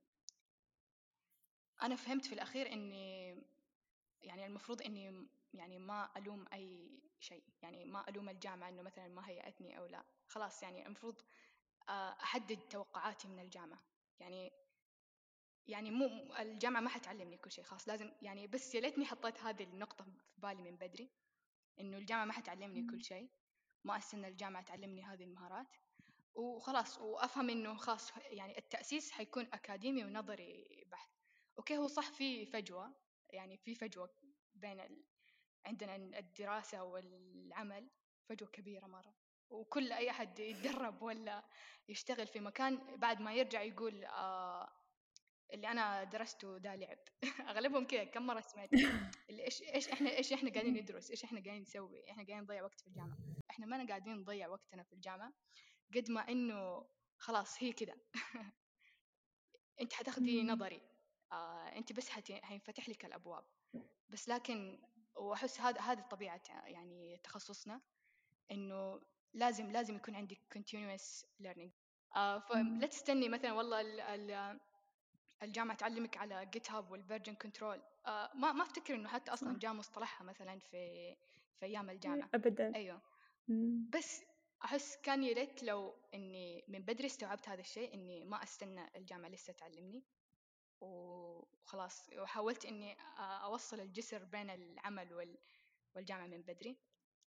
Speaker 2: أنا فهمت في الأخير إني يعني المفروض إني يعني ما ألوم أي شيء. يعني ما ألوم الجامعة إنه مثلا ما هيأتني أو لا. خلاص يعني المفروض أحدد توقعاتي من الجامعة. يعني يعني مو الجامعة ما حتعلمني كل شيء خاص، لازم يعني، بس يا ليتني حطيت هذه النقطة في بالي من بدري، إنه الجامعة ما حتعلمني كل شيء، ما أستنى الجامعة تعلمني هذه المهارات وخلاص، وأفهم إنه خاص يعني التأسيس حيكون أكاديمي ونظري بحت. أوكي، هو صح في فجوة، يعني في فجوة بين عندنا الدراسة والعمل، فجوة كبيرة مرة، وكل أي أحد يتدرب ولا يشتغل في مكان بعد ما يرجع يقول اللي أنا درسته ده لعب. أغلبهم كذا، كم مرة سمعت اللي إيش إحنا قاعدين ندرس، إيش إحنا قاعدين نسوي، إحنا قاعدين نضيع وقت في الجامعة. إحنا ما قاعدين نضيع وقتنا في الجامعة قد ما إنه خلاص هي كذا. أنت حتاخدي نظري، أنت بس هينفتح لك الأبواب بس، لكن وأحس هذا طبيعة يعني تخصصنا، إنه لازم يكون عندك continuous learning. فلا تستني مثلا والله الجامعة تعلمك على جيت هاب والفيرجن كنترول، ما أفتكر إنه حتى أصلا جاء مصطلحها مثلا في أيام الجامعة.
Speaker 1: أبدا.
Speaker 2: أيوه، بس أحس كان يا ريت لو إني من بدري استوعبت هذا الشيء، إني ما أستنى الجامعة لسه تعلمني وخلاص، وحاولت إني أوصل الجسر بين العمل والجامعة من بدري.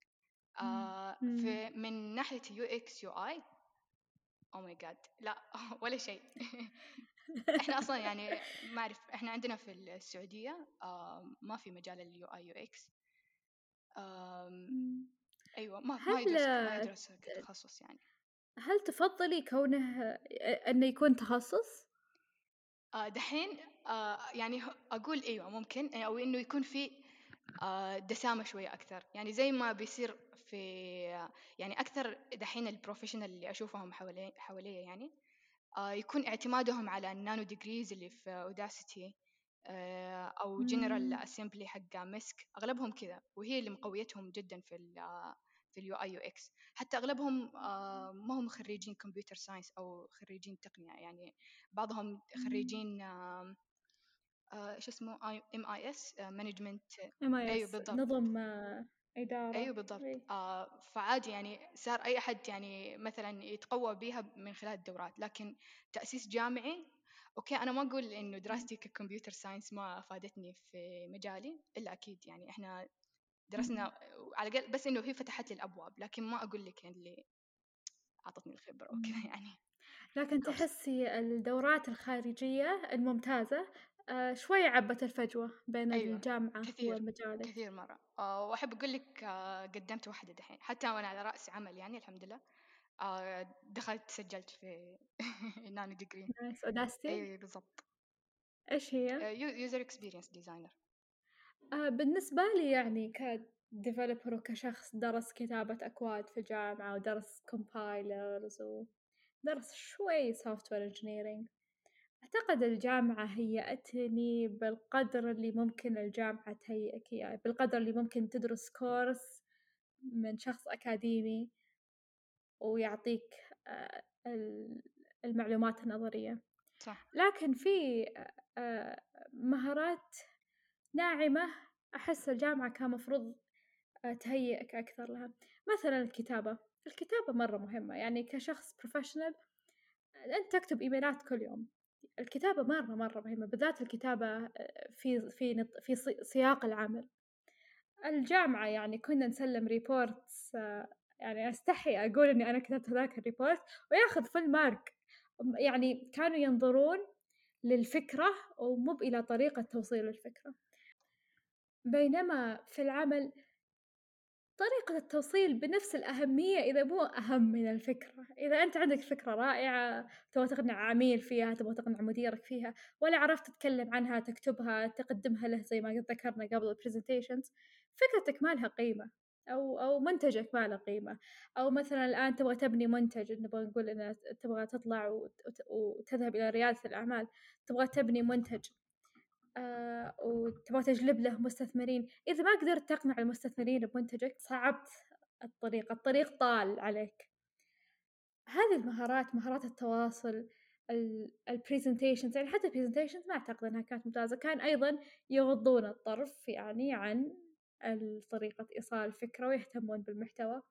Speaker 2: من ناحية يو إكس يو آي، أو ماي جاد لا، ولا شيء. إحنا أصلا يعني ما أعرف، إحنا عندنا في السعودية ما في مجال اليو آي يو إكس. أيوة، ما يدرس كتخصص يعني.
Speaker 1: هل تفضلي كونه أنه يكون تخصص؟
Speaker 2: دحين يعني أقول أيوة ممكن، أو إنه يكون في دسامة شوية أكثر، يعني زي ما بيصير في يعني أكثر دحين البروفيشنال اللي أشوفهم حوالي يعني يكون اعتمادهم على النانو ديجريز اللي في أوداسيتي أو جنرال أسمبلي حق مسك، أغلبهم كذا، وهي اللي مقويتهم جدا في اليو اي يو اكس. حتى اغلبهم ما هم خريجين كمبيوتر ساينس او خريجين تقنيه، يعني بعضهم خريجين شو اسمه ام اي اس مانجمنت. ايوه
Speaker 1: MIS
Speaker 2: بالضبط.
Speaker 1: نظم إدارة.
Speaker 2: ايوه بالضبط. فعادي يعني صار اي احد يعني مثلا يتقوى بيها من خلال الدورات، لكن تاسيس جامعي اوكي، انا ما اقول انه دراستي ككمبيوتر ساينس ما افادتني في مجالي، الا اكيد يعني احنا درسنا على الاقل، بس انه هي فتحت لي الابواب، لكن ما اقول لك اللي اعطتني الخبره وكذا يعني.
Speaker 1: لكن تحسي الدورات الخارجية الممتازة شوي عبت الفجوة بين
Speaker 2: ايوه
Speaker 1: الجامعة
Speaker 2: كثير،
Speaker 1: ومجالك.
Speaker 2: كثير مره. واحب اقول لك قدمت واحده دحين حتى وانا على راس عمل يعني الحمد لله. دخلت سجلت في نانو ديجري.
Speaker 1: نايس. أوداستي
Speaker 2: ايوه بالضبط.
Speaker 1: إيش هي؟
Speaker 2: يوزر اكسبيرينس ديزاينر.
Speaker 1: بالنسبة لي يعني كديفلوبر وكشخص درس كتابة أكواد في الجامعة ودرس كومبايلرز ودرس شوي سوفتوير انجينيرينج، أعتقد الجامعة هيأتني بالقدر اللي ممكن الجامعة تهيئك إياه، بالقدر اللي ممكن تدرس كورس من شخص أكاديمي ويعطيك المعلومات النظرية.
Speaker 2: صح.
Speaker 1: لكن في مهارات ناعمة أحس الجامعة كان مفروض تهيئك أكثر لها. مثلا الكتابة مرة مهمة، يعني كشخص بروفيشنال أنت تكتب إيميلات كل يوم، الكتابة مرة مهمة، بالذات الكتابة في سياق العمل. الجامعة يعني كنا نسلم ريبورتس، يعني أستحي أقول إني أنا كتبت هذاك الريبورت وياخذ فل مارك، يعني كانوا ينظرون للفكرة ومو إلى طريقة توصيل الفكرة. بينما في العمل طريقة التوصيل بنفس الأهمية إذا مو أهم من الفكرة. إذا أنت عندك فكرة رائعة تبغى تقنع عميل فيها، تبغى تقنع مديرك فيها، ولا عرفت تتكلم عنها تكتبها تقدمها له زي ما ذكرنا قبل البرزنتيشنز، فكرتك ما لها قيمة، أو منتجك ما له قيمة. أو مثلا الآن تبغى تبني منتج، نبغى نقول إن تبغى تطلع وتذهب إلى ريادة الأعمال، تبغى تبني منتج وتبغى تجلب له مستثمرين، إذا ما قدرت تقنع المستثمرين بمنتجك صعبت الطريق طال عليك. هذه المهارات، مهارات التواصل، البرزنتيشنز، يعني حتى البرزنتيشنز ما أعتقد أنها كانت ممتازة، كان أيضا يغضون الطرف يعني عن طريقة إيصال الفكرة ويهتمون بالمحتوى.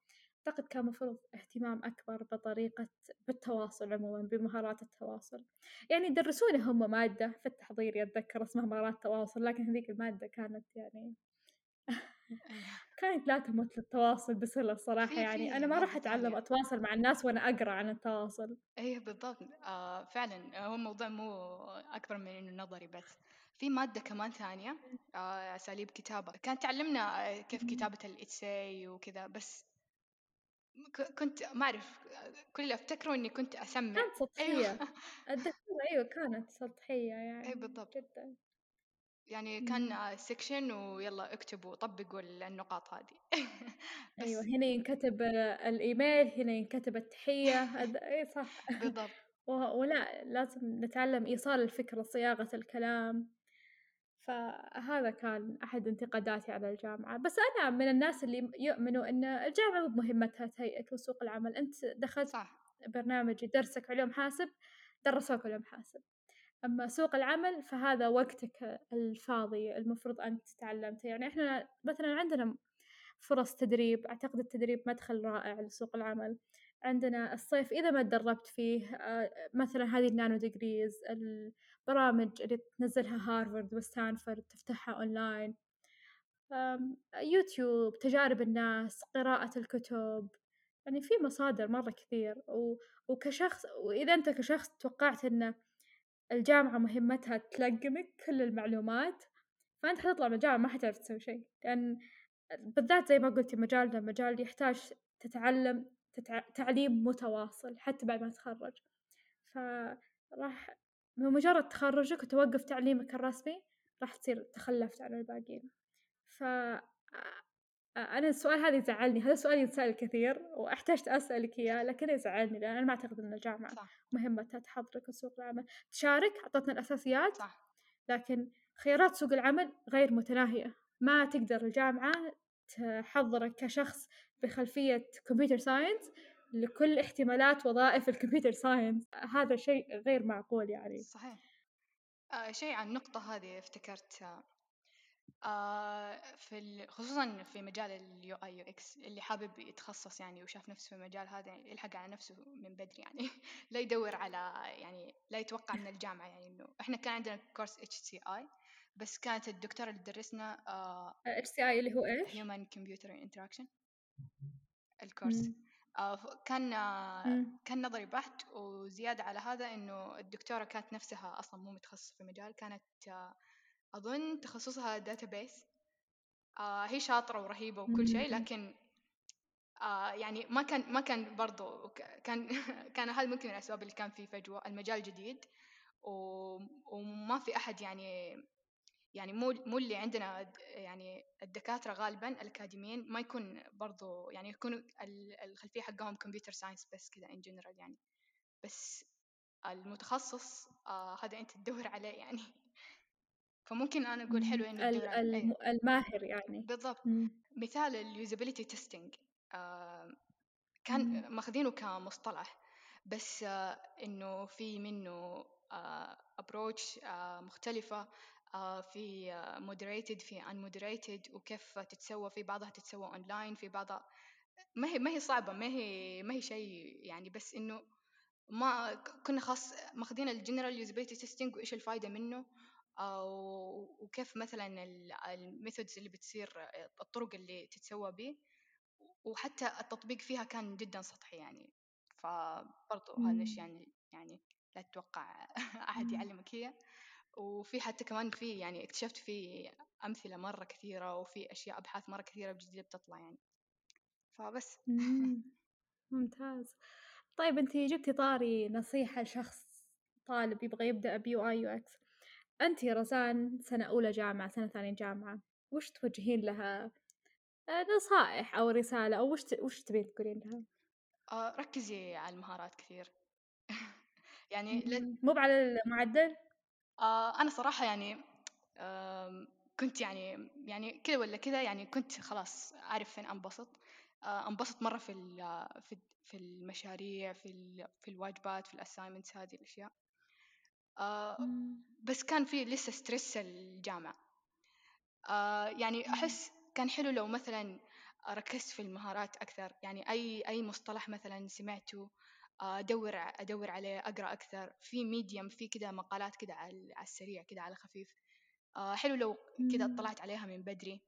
Speaker 1: أعتقد كان مفروض اهتمام أكبر بالتواصل عموما، بمهارات التواصل. يعني يدرسونا هم مادة في التحضيري أتذكر اسمها مهارات التواصل، لكن هذيك المادة كانت يعني
Speaker 2: أيوه.
Speaker 1: كانت لا تمت للتواصل بصلة صراحة. يعني أنا
Speaker 2: في
Speaker 1: ما راح
Speaker 2: مادة
Speaker 1: أتعلم
Speaker 2: ثانية.
Speaker 1: أتواصل مع الناس وأنا أقرأ عن التواصل.
Speaker 2: أيه بالضبط. فعلا هو الموضوع مو أكبر من إنه نظري بس. في مادة كمان ثانية، أساليب كتابة، كانت تعلمنا كيف
Speaker 1: مم.
Speaker 2: كتابة الإتساي وكذا. بس كنت ما أعرف، كل اللي أفتكره إني كنت أسمع.
Speaker 1: كانت
Speaker 2: أيوه.
Speaker 1: سطحية أتذكر، أيوة كانت سطحية
Speaker 2: أي
Speaker 1: يعني
Speaker 2: بالضبط.
Speaker 1: جدا.
Speaker 2: يعني
Speaker 1: مم.
Speaker 2: كان سيكشن ويلا اكتبوا طبقوا النقاط هذه.
Speaker 1: أيوة،
Speaker 2: بس.
Speaker 1: هنا ينكتب الإيميل، هنا ينكتب التحية، هذا أي صح.
Speaker 2: بالضبط.
Speaker 1: ولا لازم نتعلم إيصال الفكرة، صياغة الكلام. فهذا كان أحد انتقاداتي على الجامعة. بس أنا من الناس اللي يؤمنوا أن الجامعة مو بمهمتها تهيئك لسوق العمل. أنت دخلت
Speaker 2: صح.
Speaker 1: برنامج يدرسك علوم حاسب، درسوك علوم حاسب. أما سوق العمل فهذا وقتك الفاضي المفروض أنت تعلمته. يعني إحنا مثلا عندنا فرص تدريب، أعتقد التدريب مدخل رائع لسوق العمل. عندنا الصيف إذا ما تدربت فيه مثلا هذه النانو ديجريز، البرامج اللي تنزلها هارفارد وستانفورد تفتحها أونلاين، يوتيوب، تجارب الناس، قراءة الكتب. يعني في مصادر مرة كثير وكشخص، وإذا أنت كشخص توقعت أن الجامعة مهمتها تلقمك كل المعلومات، فأنت حتطلع من الجامعة ما حتعرف تسوي شيء. لأن بالذات زي ما قلتي مجالنا مجال يحتاج تتعلم تعليم متواصل حتى بعد ما تتخرج. فراح بمجرد تخرجك وتوقف تعليمك الرسمي راح تصير تخلفت عن الباقيين. ف أنا السؤال هذا يزعلني، هذا سؤال يتسأل كثير واحتجت أسألك إياه، لكن يزعلني لأن أنا ما أعتقد أن الجامعة
Speaker 2: صح.
Speaker 1: مهمتها تحضرك لسوق العمل. تشارك، أعطتنا الأساسيات،
Speaker 2: صح.
Speaker 1: لكن خيارات سوق العمل غير متناهية. ما تقدر الجامعة تحضرك كشخص بخلفية كمبيوتر ساينس لكل احتمالات وظائف الكمبيوتر ساينس. هذا شيء غير معقول يعني.
Speaker 2: صحيح. شيء عن النقطة هذه افتكرت. خصوصا في مجال اليو اي يو اكس، اللي حابب يتخصص يعني وشاف نفسه في المجال هذا يلحق على نفسه من بدري يعني. لا يدور على، يعني لا يتوقع من الجامعة يعني انه احنا كان عندنا كورس اتش سي اي، بس كانت الدكتورة اللي تدرسنا
Speaker 1: HCI اللي هو إيش؟
Speaker 2: هيومن كمبيوتر انتراكشن الكورس.
Speaker 1: مم.
Speaker 2: كان
Speaker 1: مم.
Speaker 2: كان نظري بحت، وزيادة على هذا إنه الدكتورة كانت نفسها أصلا مو متخصصة في المجال، كانت أظن تخصصها داتابيس. هي شاطرة ورهيبة وكل شيء،
Speaker 1: مم.
Speaker 2: لكن يعني ما كان برضو كان كان هذا ممكن من الأسباب اللي كان فيه فجوة. المجال جديد وما في أحد يعني مو اللي عندنا يعني الدكاترة غالبا الأكاديميين ما يكون برضو يعني يكونوا الخلفية حقهم كمبيوتر ساينس بس كذا ان جنرال يعني. بس المتخصص هذا انت تدور عليه يعني. فممكن انا اقول حلو انه تدور عليه. ايه
Speaker 1: الماهر يعني.
Speaker 2: بالضبط.
Speaker 1: مم.
Speaker 2: مثال اليوزابيليتي تيستينج
Speaker 1: مم.
Speaker 2: كان ماخذينه كمصطلح، بس انه في منه ابروتش مختلفة. في moderated في unmoderated، وكيف تتسوى. في بعضها تتسوى اونلاين، في بعضها ما هي صعبة، ما هي شيء يعني. بس انه ما كنا خاص ماخذين الجنرال يوزابيلتي تيستينج وايش الفائدة منه، وكيف مثلا الميثودز اللي بتصير، الطرق اللي تتسوى به. وحتى التطبيق فيها كان جدا سطحي يعني. فبرضو هذا الشيء
Speaker 1: مم.
Speaker 2: يعني لا تتوقع أحد
Speaker 1: مم.
Speaker 2: يعلمك هي. وفي حتى كمان في يعني اكتشفت في أمثلة مرة كثيرة، وفي أشياء أبحاث مرة كثيرة جديدة بتطلع يعني. فبس.
Speaker 1: مم. ممتاز. طيب أنتِ جبتِ طاري نصيحة لشخص طالب يبغى يبدأ بيو اي يو اكس. أنتِ رزان سنة أولى جامعة، سنة ثانية جامعة، وش توجهين لها نصائح أو رسالة، أو وش تبين تقولين لها؟
Speaker 2: ركزي على المهارات كثير. يعني
Speaker 1: مو على المعدل؟
Speaker 2: أنا صراحة يعني كنت يعني كذا ولا كذا يعني. كنت خلاص أعرف فين أنبسط. أنبسط مرة في المشاريع، في الواجبات، في الأسايمنتس، هذه الأشياء. آه،
Speaker 1: مم.
Speaker 2: بس كان في لسه ستريس الجامعة. يعني
Speaker 1: مم.
Speaker 2: أحس كان حلو لو مثلا ركزت في المهارات أكثر، يعني أي مصطلح مثلا سمعته أدور عليه، أقرأ أكثر في ميديم، في كده مقالات كده على السريع كده على خفيف. حلو لو كده
Speaker 1: مم.
Speaker 2: اطلعت عليها من بدري.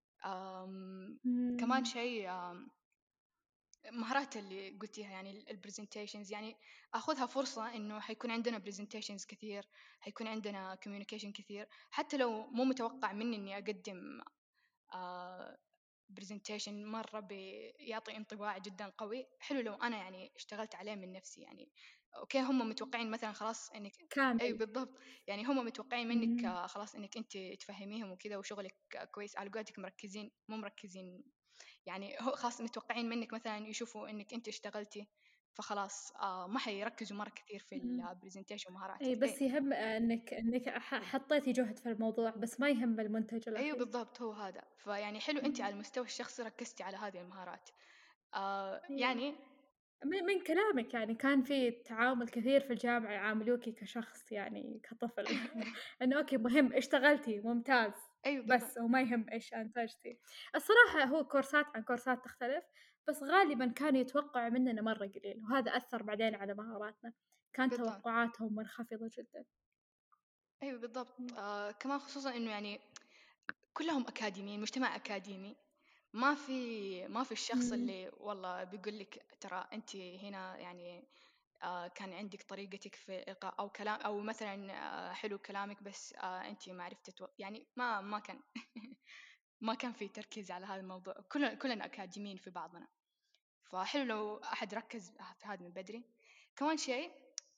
Speaker 2: كمان
Speaker 1: مم.
Speaker 2: شيء، مهارات اللي قلتيها يعني البرزنتيشنز، يعني اخذها فرصة انه حيكون عندنا برزنتيشنز كثير، حيكون عندنا كوميونيكيشن كثير، حتى لو مو متوقع مني اني اقدم برزنتيشن مرة بيعطي انطباع جدا قوي. حلو لو أنا يعني اشتغلت عليه من نفسي. يعني أوكي هم متوقعين مثلا خلاص إنك، أي
Speaker 1: كامل.
Speaker 2: بالضبط، يعني هم متوقعين منك
Speaker 1: مم.
Speaker 2: خلاص إنك أنت تفهميهم وكذا وشغلك كويس، على قولتك مركزين مو مركزين، يعني هو خلاص متوقعين منك مثلا يشوفوا إنك أنت اشتغلتي، فخلاص ما حيركزوا مرة كثير في
Speaker 1: مم.
Speaker 2: البرزنتيشن ومهاراتك.
Speaker 1: اي بس يهم انك حطيتي جهد في الموضوع، بس ما يهم المنتج
Speaker 2: ايوه
Speaker 1: الاخير.
Speaker 2: بالضبط، هو هذا. فيعني حلو انت
Speaker 1: مم.
Speaker 2: على المستوى الشخصي ركزتي على هذه المهارات.
Speaker 1: ايوه.
Speaker 2: يعني
Speaker 1: من كلامك يعني كان في تعامل كثير في الجامعة يعاملوكي كشخص يعني كطفل. انه اوكي مهم اشتغلتي ممتاز،
Speaker 2: ايوه بالضبط.
Speaker 1: بس وما يهم ايش انتجتي. الصراحة هو كورسات عن كورسات تختلف، بس غالبا كانوا يتوقعوا مننا مرة قليل، وهذا أثر بعدين على مهاراتنا. كان
Speaker 2: بالضبط.
Speaker 1: توقعاتهم منخفضة جدا.
Speaker 2: ايوه بالضبط.
Speaker 1: مم.
Speaker 2: كمان خصوصا انه يعني كلهم اكاديميين، مجتمع اكاديمي، ما في الشخص
Speaker 1: مم.
Speaker 2: اللي والله بيقول لك ترى انت هنا يعني كان عندك طريقتك في الإلقاء أو كلام، أو مثلا حلو كلامك بس أنت ما عرفتي يعني ما كان ما كان في تركيز على هذا الموضوع. كلنا أكاديميين في بعضنا. فحلو لو أحد ركز في هذا من بدري. كمان شيء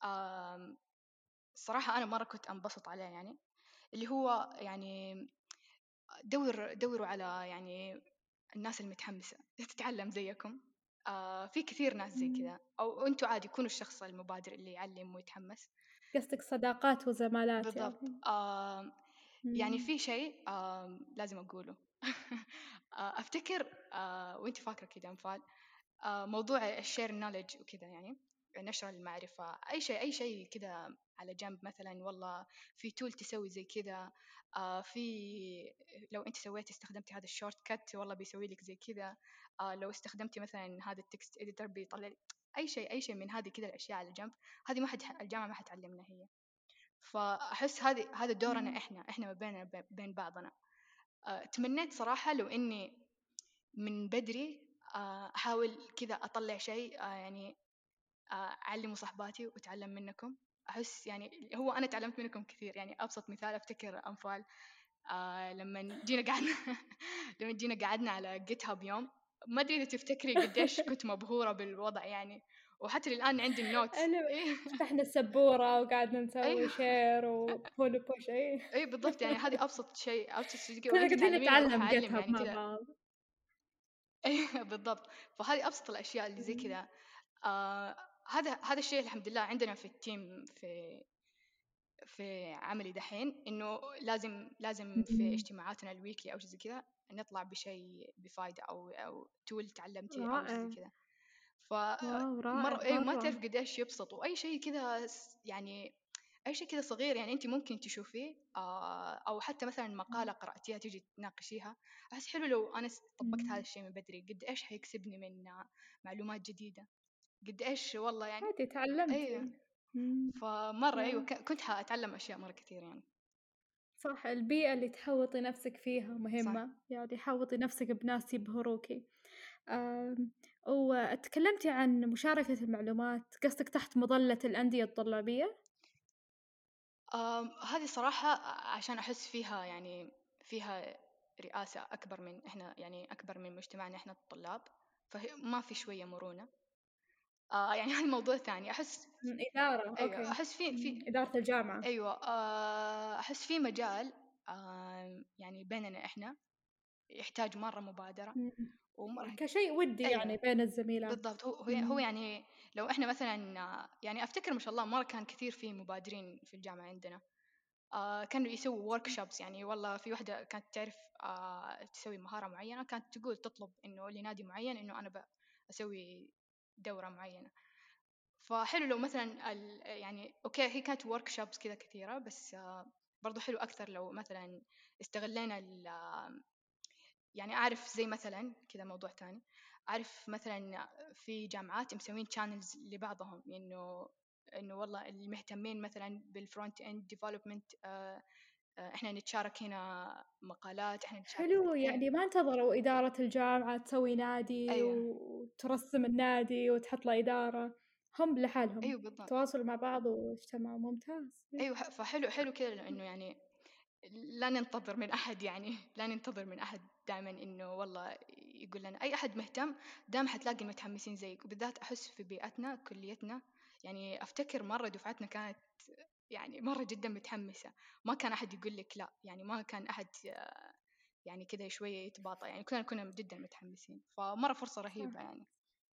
Speaker 2: صراحة أنا مرة كنت أنبسط عليه، يعني اللي هو يعني دوروا على يعني الناس المتحمسة تتعلم زيكم. في كثير ناس زي
Speaker 1: مم.
Speaker 2: كذا، أو أنتوا عادي كونوا الشخص المبادر اللي يعلم ويتحمس.
Speaker 1: قصدك صداقات وزمالات
Speaker 2: بالضبط.
Speaker 1: يعني.
Speaker 2: يعني
Speaker 1: مم.
Speaker 2: في شيء لازم أقوله. أفتكر وأنت فاكرة كذا أنفال، موضوع الشير نوليدج وكذا، يعني نشر المعرفة، أي شيء كذا على جنب، مثلا والله في تول تسوي زي كذا، في لو أنت استخدمتي هذا الشورت كات والله بيسوي لك زي كذا، لو استخدمتي مثلا هذا التكست إديتر بيطلع لك أي شيء من هذه كذا الأشياء على جنب. هذه ما حد الجامعة ما حتعلمنا هي. فأحس هذا دورنا،
Speaker 1: مم.
Speaker 2: إحنا ما بين بعضنا. تمنيت صراحة لو إني من بدري أحاول كذا أطلع شيء، يعني أعلمه صحباتي وأتعلم منكم. أحس يعني هو أنا تعلمت منكم كثير. يعني أبسط مثال أفتكر أنفال لما جينا قعدنا لما جينا قعدنا على جيت هاب يوم، ما أدري إذا تفتكري قديش كنت مبهورة بالوضع يعني، وحتى الآن عندي النوتس.
Speaker 1: أنا
Speaker 2: إيه.
Speaker 1: فتحنا السبورة وقعدنا نسوي
Speaker 2: أيوه.
Speaker 1: شير وبول بوش اي.
Speaker 2: أي بالضبط، يعني هذه أبسط شيء
Speaker 1: كنا
Speaker 2: وأنت
Speaker 1: قاعدين
Speaker 2: تعلميني وأروح
Speaker 1: نتعلم جيت
Speaker 2: أعلم
Speaker 1: هاب
Speaker 2: يعني
Speaker 1: مع
Speaker 2: كذا.
Speaker 1: بعض.
Speaker 2: أيوه بالضبط. فهذه أبسط الأشياء اللي زي
Speaker 1: مم.
Speaker 2: كذا. آه هذا الشيء الحمد لله عندنا في التيم، في عملي دحين، إنه لازم في
Speaker 1: مم.
Speaker 2: اجتماعاتنا الويكلي أو شيء زي كذا نطلع بشيء بفايدة، أو تول تعلمتي أو شيء زي
Speaker 1: رائع.
Speaker 2: كذا.
Speaker 1: واو رائع
Speaker 2: مرة أيوة، ما
Speaker 1: مرة.
Speaker 2: تعرف قديش يبسط. وأي شيء كذا يعني أي شيء كذا صغير يعني أنت ممكن تشوفيه، أو حتى مثلا مقالة قرأتيها تيجي تناقشيها. أحس حلو لو أنا طبقت هذا
Speaker 1: مم.
Speaker 2: الشيء من بدري، قد إيش حيكسبني من معلومات جديدة، قد إيش والله يعني.
Speaker 1: عادي
Speaker 2: أيوة.
Speaker 1: تعلمتي. مم.
Speaker 2: فمرة أيوة
Speaker 1: واو.
Speaker 2: كنت حأتعلم أشياء مرة كثير يعني.
Speaker 1: صح، البيئة اللي تحوطي نفسك فيها
Speaker 2: صح.
Speaker 1: مهمة، يعني حوطي نفسك بناس يبهروكي. آم، وتكلمتي عن مشاركة المعلومات، قصدك تحت مظلة الأندية الطلابية؟
Speaker 2: هذه صراحة عشان أحس فيها يعني فيها رئاسة أكبر من إحنا، يعني أكبر من مجتمعنا إحنا الطلاب، فما في شوية مرونة. يعني هذا موضوع ثاني أحس.
Speaker 1: إدارة،
Speaker 2: أيوة
Speaker 1: أوكي.
Speaker 2: أحس في
Speaker 1: إدارة الجامعة.
Speaker 2: أيوة أحس في مجال يعني بيننا إحنا يحتاج مرة مبادرة
Speaker 1: مم.
Speaker 2: ومرة.
Speaker 1: كشيء ودي يعني
Speaker 2: أيوة
Speaker 1: بين الزميلات.
Speaker 2: بالضبط. هو
Speaker 1: مم.
Speaker 2: يعني لو إحنا مثلا يعني أفتكر ما شاء الله مرة كان كثير في مبادرين في الجامعة عندنا. كانوا يسووا workshops، يعني والله في واحدة كانت تعرف تسوي مهارة معينة، كانت تقول تطلب إنه لنادي معين إنه أنا أسوي دورة معينة. فحلو لو مثلا يعني أوكي هي كانت workshops كذا كثيرة، بس برضو حلو أكثر لو مثلا استغلينا يعني أعرف زي مثلا كذا موضوع تاني، أعرف مثلا في جامعات مسوين channels لبعضهم، إنه والله المهتمين مثلا بالفرونت اند ديفلوبمنت إحنا نتشارك هنا مقالات، إحنا نتشارك
Speaker 1: حلو،
Speaker 2: إيه.
Speaker 1: يعني ما انتظروا إدارة الجامعة تسوي نادي
Speaker 2: أيوه
Speaker 1: وترسم النادي وتحط له إدارة، هم لحالهم
Speaker 2: أيوه بالضبط.
Speaker 1: تواصلوا مع بعض واجتمعوا. ممتاز.
Speaker 2: أيوه فحلو حلو كذا، لأنه يعني لا ننتظر من أحد، يعني لا ننتظر من أحد دائما إنه والله يقول لنا. أي أحد مهتم دام حتلاقي المتحمسين زيك، وبالذات أحس في بيئتنا كليتنا. يعني أفتكر مرة دفعتنا كانت يعني مرة جدا متحمسة، ما كان أحد يقول لك لا، يعني ما كان أحد يعني كذا شوية يتباطأ، يعني كنا جدا متحمسين، فمرة فرصة
Speaker 1: صح.
Speaker 2: رهيبة يعني.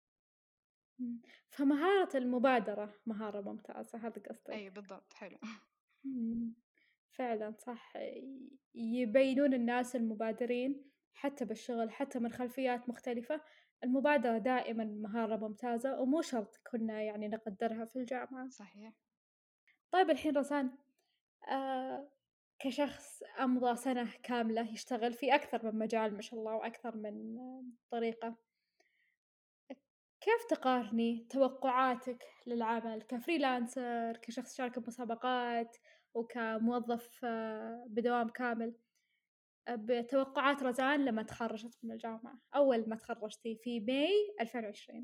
Speaker 1: فمهارة المبادرة مهارة ممتازة، هذا قصدك.
Speaker 2: أي بالضبط حلو.
Speaker 1: إمم، فعلًا صح، يبينون الناس المبادرين حتى بالشغل، حتى من خلفيات مختلفة، المبادرة دائمًا مهارة ممتازة ومو شرط كنا يعني نقدّرها في الجامعة.
Speaker 2: صحيح.
Speaker 1: طيب الحين رزان، آآ كشخص أمضى سنة كاملة يشتغل في أكثر من مجال ما شاء الله وأكثر من طريقة، كيف تقارني توقعاتك للعمل كfreelancer، كشخص شارك بمسابقات، وكموظف بدوام كامل، بتوقعات رزان لما تخرجت من الجامعة، أول ما تخرجتي في ماي 2020؟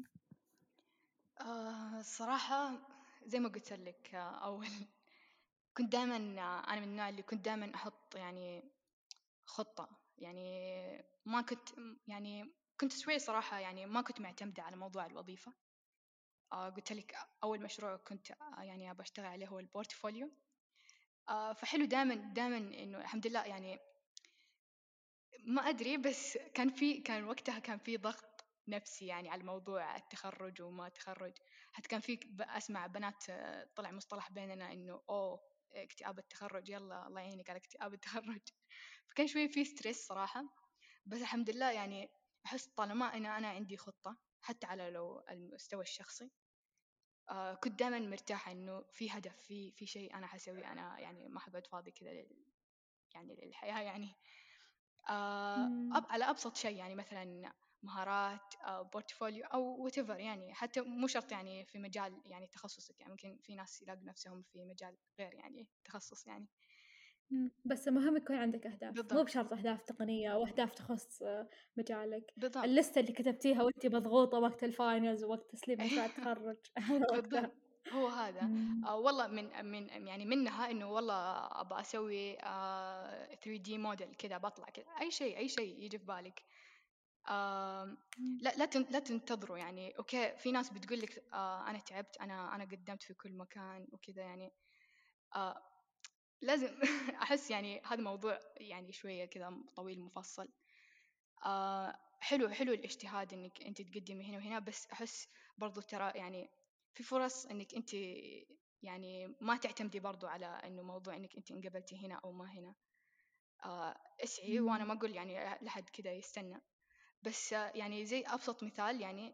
Speaker 2: الصراحة زي ما قلت لك أول كنت دائما أنا من النوع اللي كنت دائما أحط يعني خطة، يعني ما كنت يعني كنت شوي صراحة، يعني ما كنت معتمدة على موضوع الوظيفة. قلت لك أول مشروع كنت يعني أبى أشتغل عليه هو البورتفوليو. فحلو دائما إنه الحمد لله يعني. ما أدري، بس كان وقتها كان في ضغط نفسي يعني على موضوع التخرج وما تخرج. حتى كان في أسمع بنات طلع مصطلح بيننا إنه أوه اكتئاب التخرج، يلا الله يعينك على اكتئاب التخرج. فكان شوي في ستريس صراحة. بس الحمد لله يعني أحس طالما أنا عندي خطة، حتى على لو المستوى الشخصي كنت دائما مرتاحة إنه في هدف، في شيء أنا حسويه. أنا يعني ما أحب فاضي كذا يعني للحياة يعني.
Speaker 1: إمم،
Speaker 2: على أبسط شيء، يعني مثلا مهارات بورتفوليو أو whatever، يعني حتى مو شرط يعني في مجال يعني تخصصك، يعني ممكن في ناس يلاقوا نفسهم في مجال غير يعني تخصص يعني.
Speaker 1: بس المهم يكون عندك أهداف، مو
Speaker 2: بالضبط
Speaker 1: بشرط أهداف تقنية أو أهداف تخص مجالك،
Speaker 2: بالضبط.
Speaker 1: الليستة اللي كتبتيها وأنتِ مضغوطة وقت الfinals ووقت تسليم مشروع التخرج هذا
Speaker 2: بالضبط
Speaker 1: وقتها.
Speaker 2: هو هذا.
Speaker 1: إمم،
Speaker 2: والله من يعني منها إنه والله أبغى أسوي 3D موديل كذا، بطلع كذا أي شيء يجي في بالك. آم،
Speaker 1: إمم،
Speaker 2: لا تنتظروا يعني. أوكي في ناس بتقول لك أنا تعبت، أنا قدمت في كل مكان وكذا يعني. آه، لازم أحس يعني هذا موضوع يعني شوية كذا طويل مفصل. حلو الاجتهاد إنك أنت تقدمي هنا وهنا، بس أحس برضو ترى يعني في فرص إنك أنت يعني ما تعتمدي برضو على إنه موضوع إنك أنت انقبلتي هنا أو ما هنا. اسعي، وأنا
Speaker 1: إمم،
Speaker 2: ما أقول يعني لحد كذا يستنى. بس يعني زي أبسط مثال يعني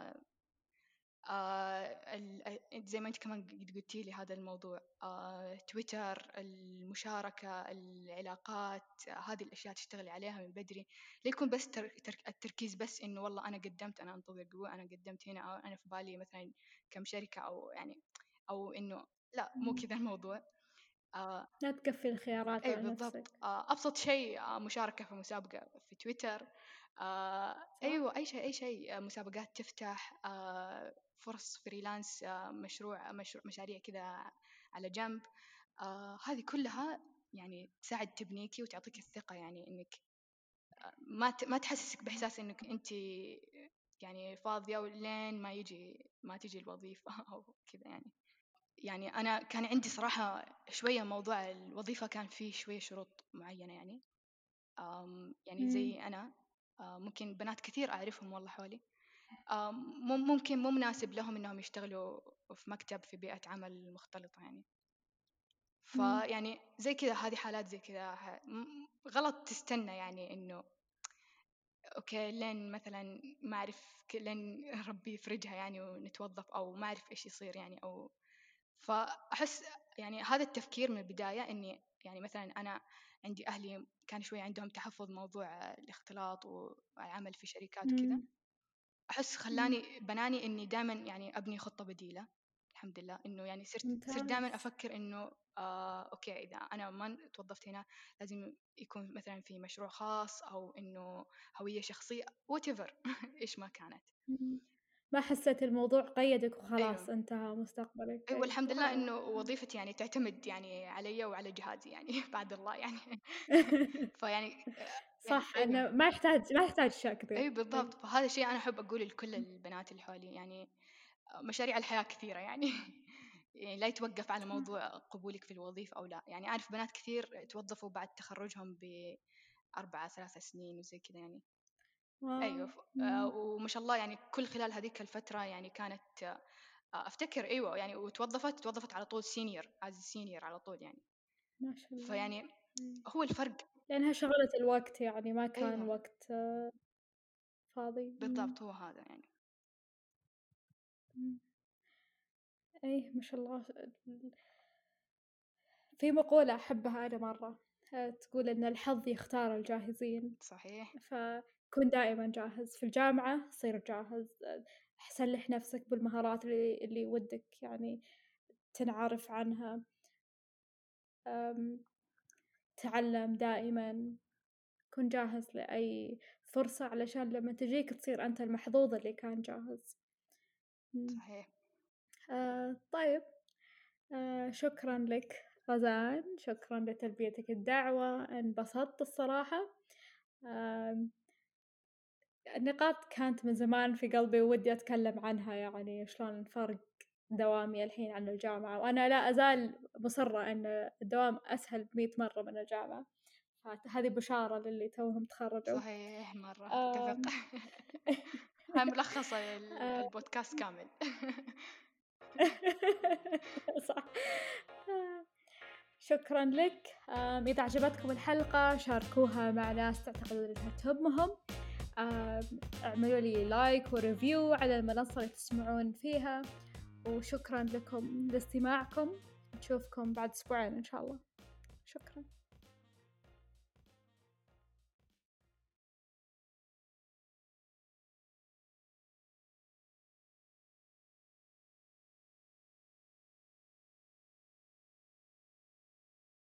Speaker 2: زي ما أنت كمان قد قلتي لي هذا الموضوع، تويتر، المشاركة، العلاقات، هذه الأشياء تشتغلي عليها من بدري. لا يكون بس التركيز بس إنه والله أنا قدمت، أنا أنتظر قبول، أنا قدمت هنا، أو أنا في بالي مثلا كم شركة، أو يعني أو إنه لا مو
Speaker 1: إمم،
Speaker 2: كذا الموضوع. آه،
Speaker 1: لا تقفّل الخيارات
Speaker 2: أي
Speaker 1: على نفسك.
Speaker 2: بالضبط. أبسط شيء مشاركة في مسابقة في تويتر.
Speaker 1: صح؟
Speaker 2: أيوة أي شيء مسابقات تفتح فرص فريلانس، مشاريع كذا على جنب. هذه كلها يعني تساعد تبنيكي وتعطيك الثقة، يعني إنك ما تحسسك بإحساس إنك أنت يعني فاضية ولين ما تيجي الوظيفة أو كذا يعني. يعني أنا كان عندي صراحة شوية موضوع الوظيفة كان فيه شوية شروط معينة يعني. يعني
Speaker 1: إمم،
Speaker 2: زي أنا ممكن بنات كثير أعرفهم والله حولي ممكن مو مناسب لهم إنهم يشتغلوا في مكتب في بيئة عمل مختلطة يعني.
Speaker 1: إمم،
Speaker 2: فيعني زي كذا، هذه حالات زي كذا غلط تستنى يعني إنه أوكي لين مثلا ما أعرف لين ربي يفرجها يعني ونتوظف، أو ما أعرف إيش يصير يعني. أو فأحس يعني هذا التفكير من البداية، إني يعني مثلا أنا عندي أهلي كان شوي عندهم تحفظ موضوع الاختلاط والعمل في شركات وكذا. أحس خلاني بناني إني دائما يعني أبني خطة بديلة. الحمد لله إنه يعني صرت دائما أفكر إنه أوكي، إذا أنا ما توظفت هنا لازم يكون مثلا في مشروع خاص، أو إنه هوية شخصية whatever إيش ما كانت.
Speaker 1: ما حسيت الموضوع قيدك وخلاص
Speaker 2: أيوة.
Speaker 1: انتهى مستقبلك؟
Speaker 2: أيوة الحمد لله
Speaker 1: رائع.
Speaker 2: إنه وظيفتي يعني تعتمد يعني علي وعلى جهازي يعني بعد الله يعني فيعني يعني
Speaker 1: صح،
Speaker 2: أيوة.
Speaker 1: انه ما يحتاج اشياء كثير.
Speaker 2: أيوة بالضبط. فهذا الشيء أنا أحب أقوله لكل البنات اللي حولي، يعني مشاريع الحياة كثيرة يعني يعني لا يتوقف على موضوع قبولك في الوظيفة أو لا. يعني أعرف بنات كثير توظفوا بعد تخرجهم ب4 3 سنين وزي كذا يعني. أيوة. وما شاء الله يعني كل خلال هذيك الفترة يعني كانت أفتكر أيوة يعني، توظفت على طول سينيور على طول يعني.
Speaker 1: ما شاء الله.
Speaker 2: فيعني هو الفرق.
Speaker 1: لأنها شغلة الوقت، يعني ما كان
Speaker 2: أيوة
Speaker 1: وقت فاضي.
Speaker 2: بالضبط، هو هذا يعني.
Speaker 1: أي ما شاء الله. في مقولة أحبها أنا مرة، تقول إن الحظ يختار الجاهزين.
Speaker 2: صحيح.
Speaker 1: فكن دائما جاهز في الجامعة، صير جاهز، سلح نفسك بالمهارات اللي ودك يعني تنعرف عنها. تعلم دائما، كن جاهز لأي فرصة علشان لما تجيك تصير أنت المحظوظ اللي كان جاهز.
Speaker 2: صحيح.
Speaker 1: طيب، شكرا لك غزان، شكرا لتلبيتك الدعوة، انبسطت الصراحة. النقاط كانت من زمان في قلبي ودي أتكلم عنها، يعني شلون فرق دوامي الحين عن الجامعة، وأنا لا أزال مصرة أن الدوام أسهل 100 مرة من الجامعة. فهذه بشارة للي توهم تخرجوا.
Speaker 2: صحيح مرة أتفق هاي ملخصة البودكاست كامل
Speaker 1: صح. شكرا لك. إذا عجبتكم الحلقة شاركوها مع ناس تعتقدون أنها تهمهم. اعملوا لي لايك وريفيو على المنصة اللي تسمعون فيها، وشكرا لكم لاستماعكم. نشوفكم بعد أسبوعين إن شاء الله. شكرا.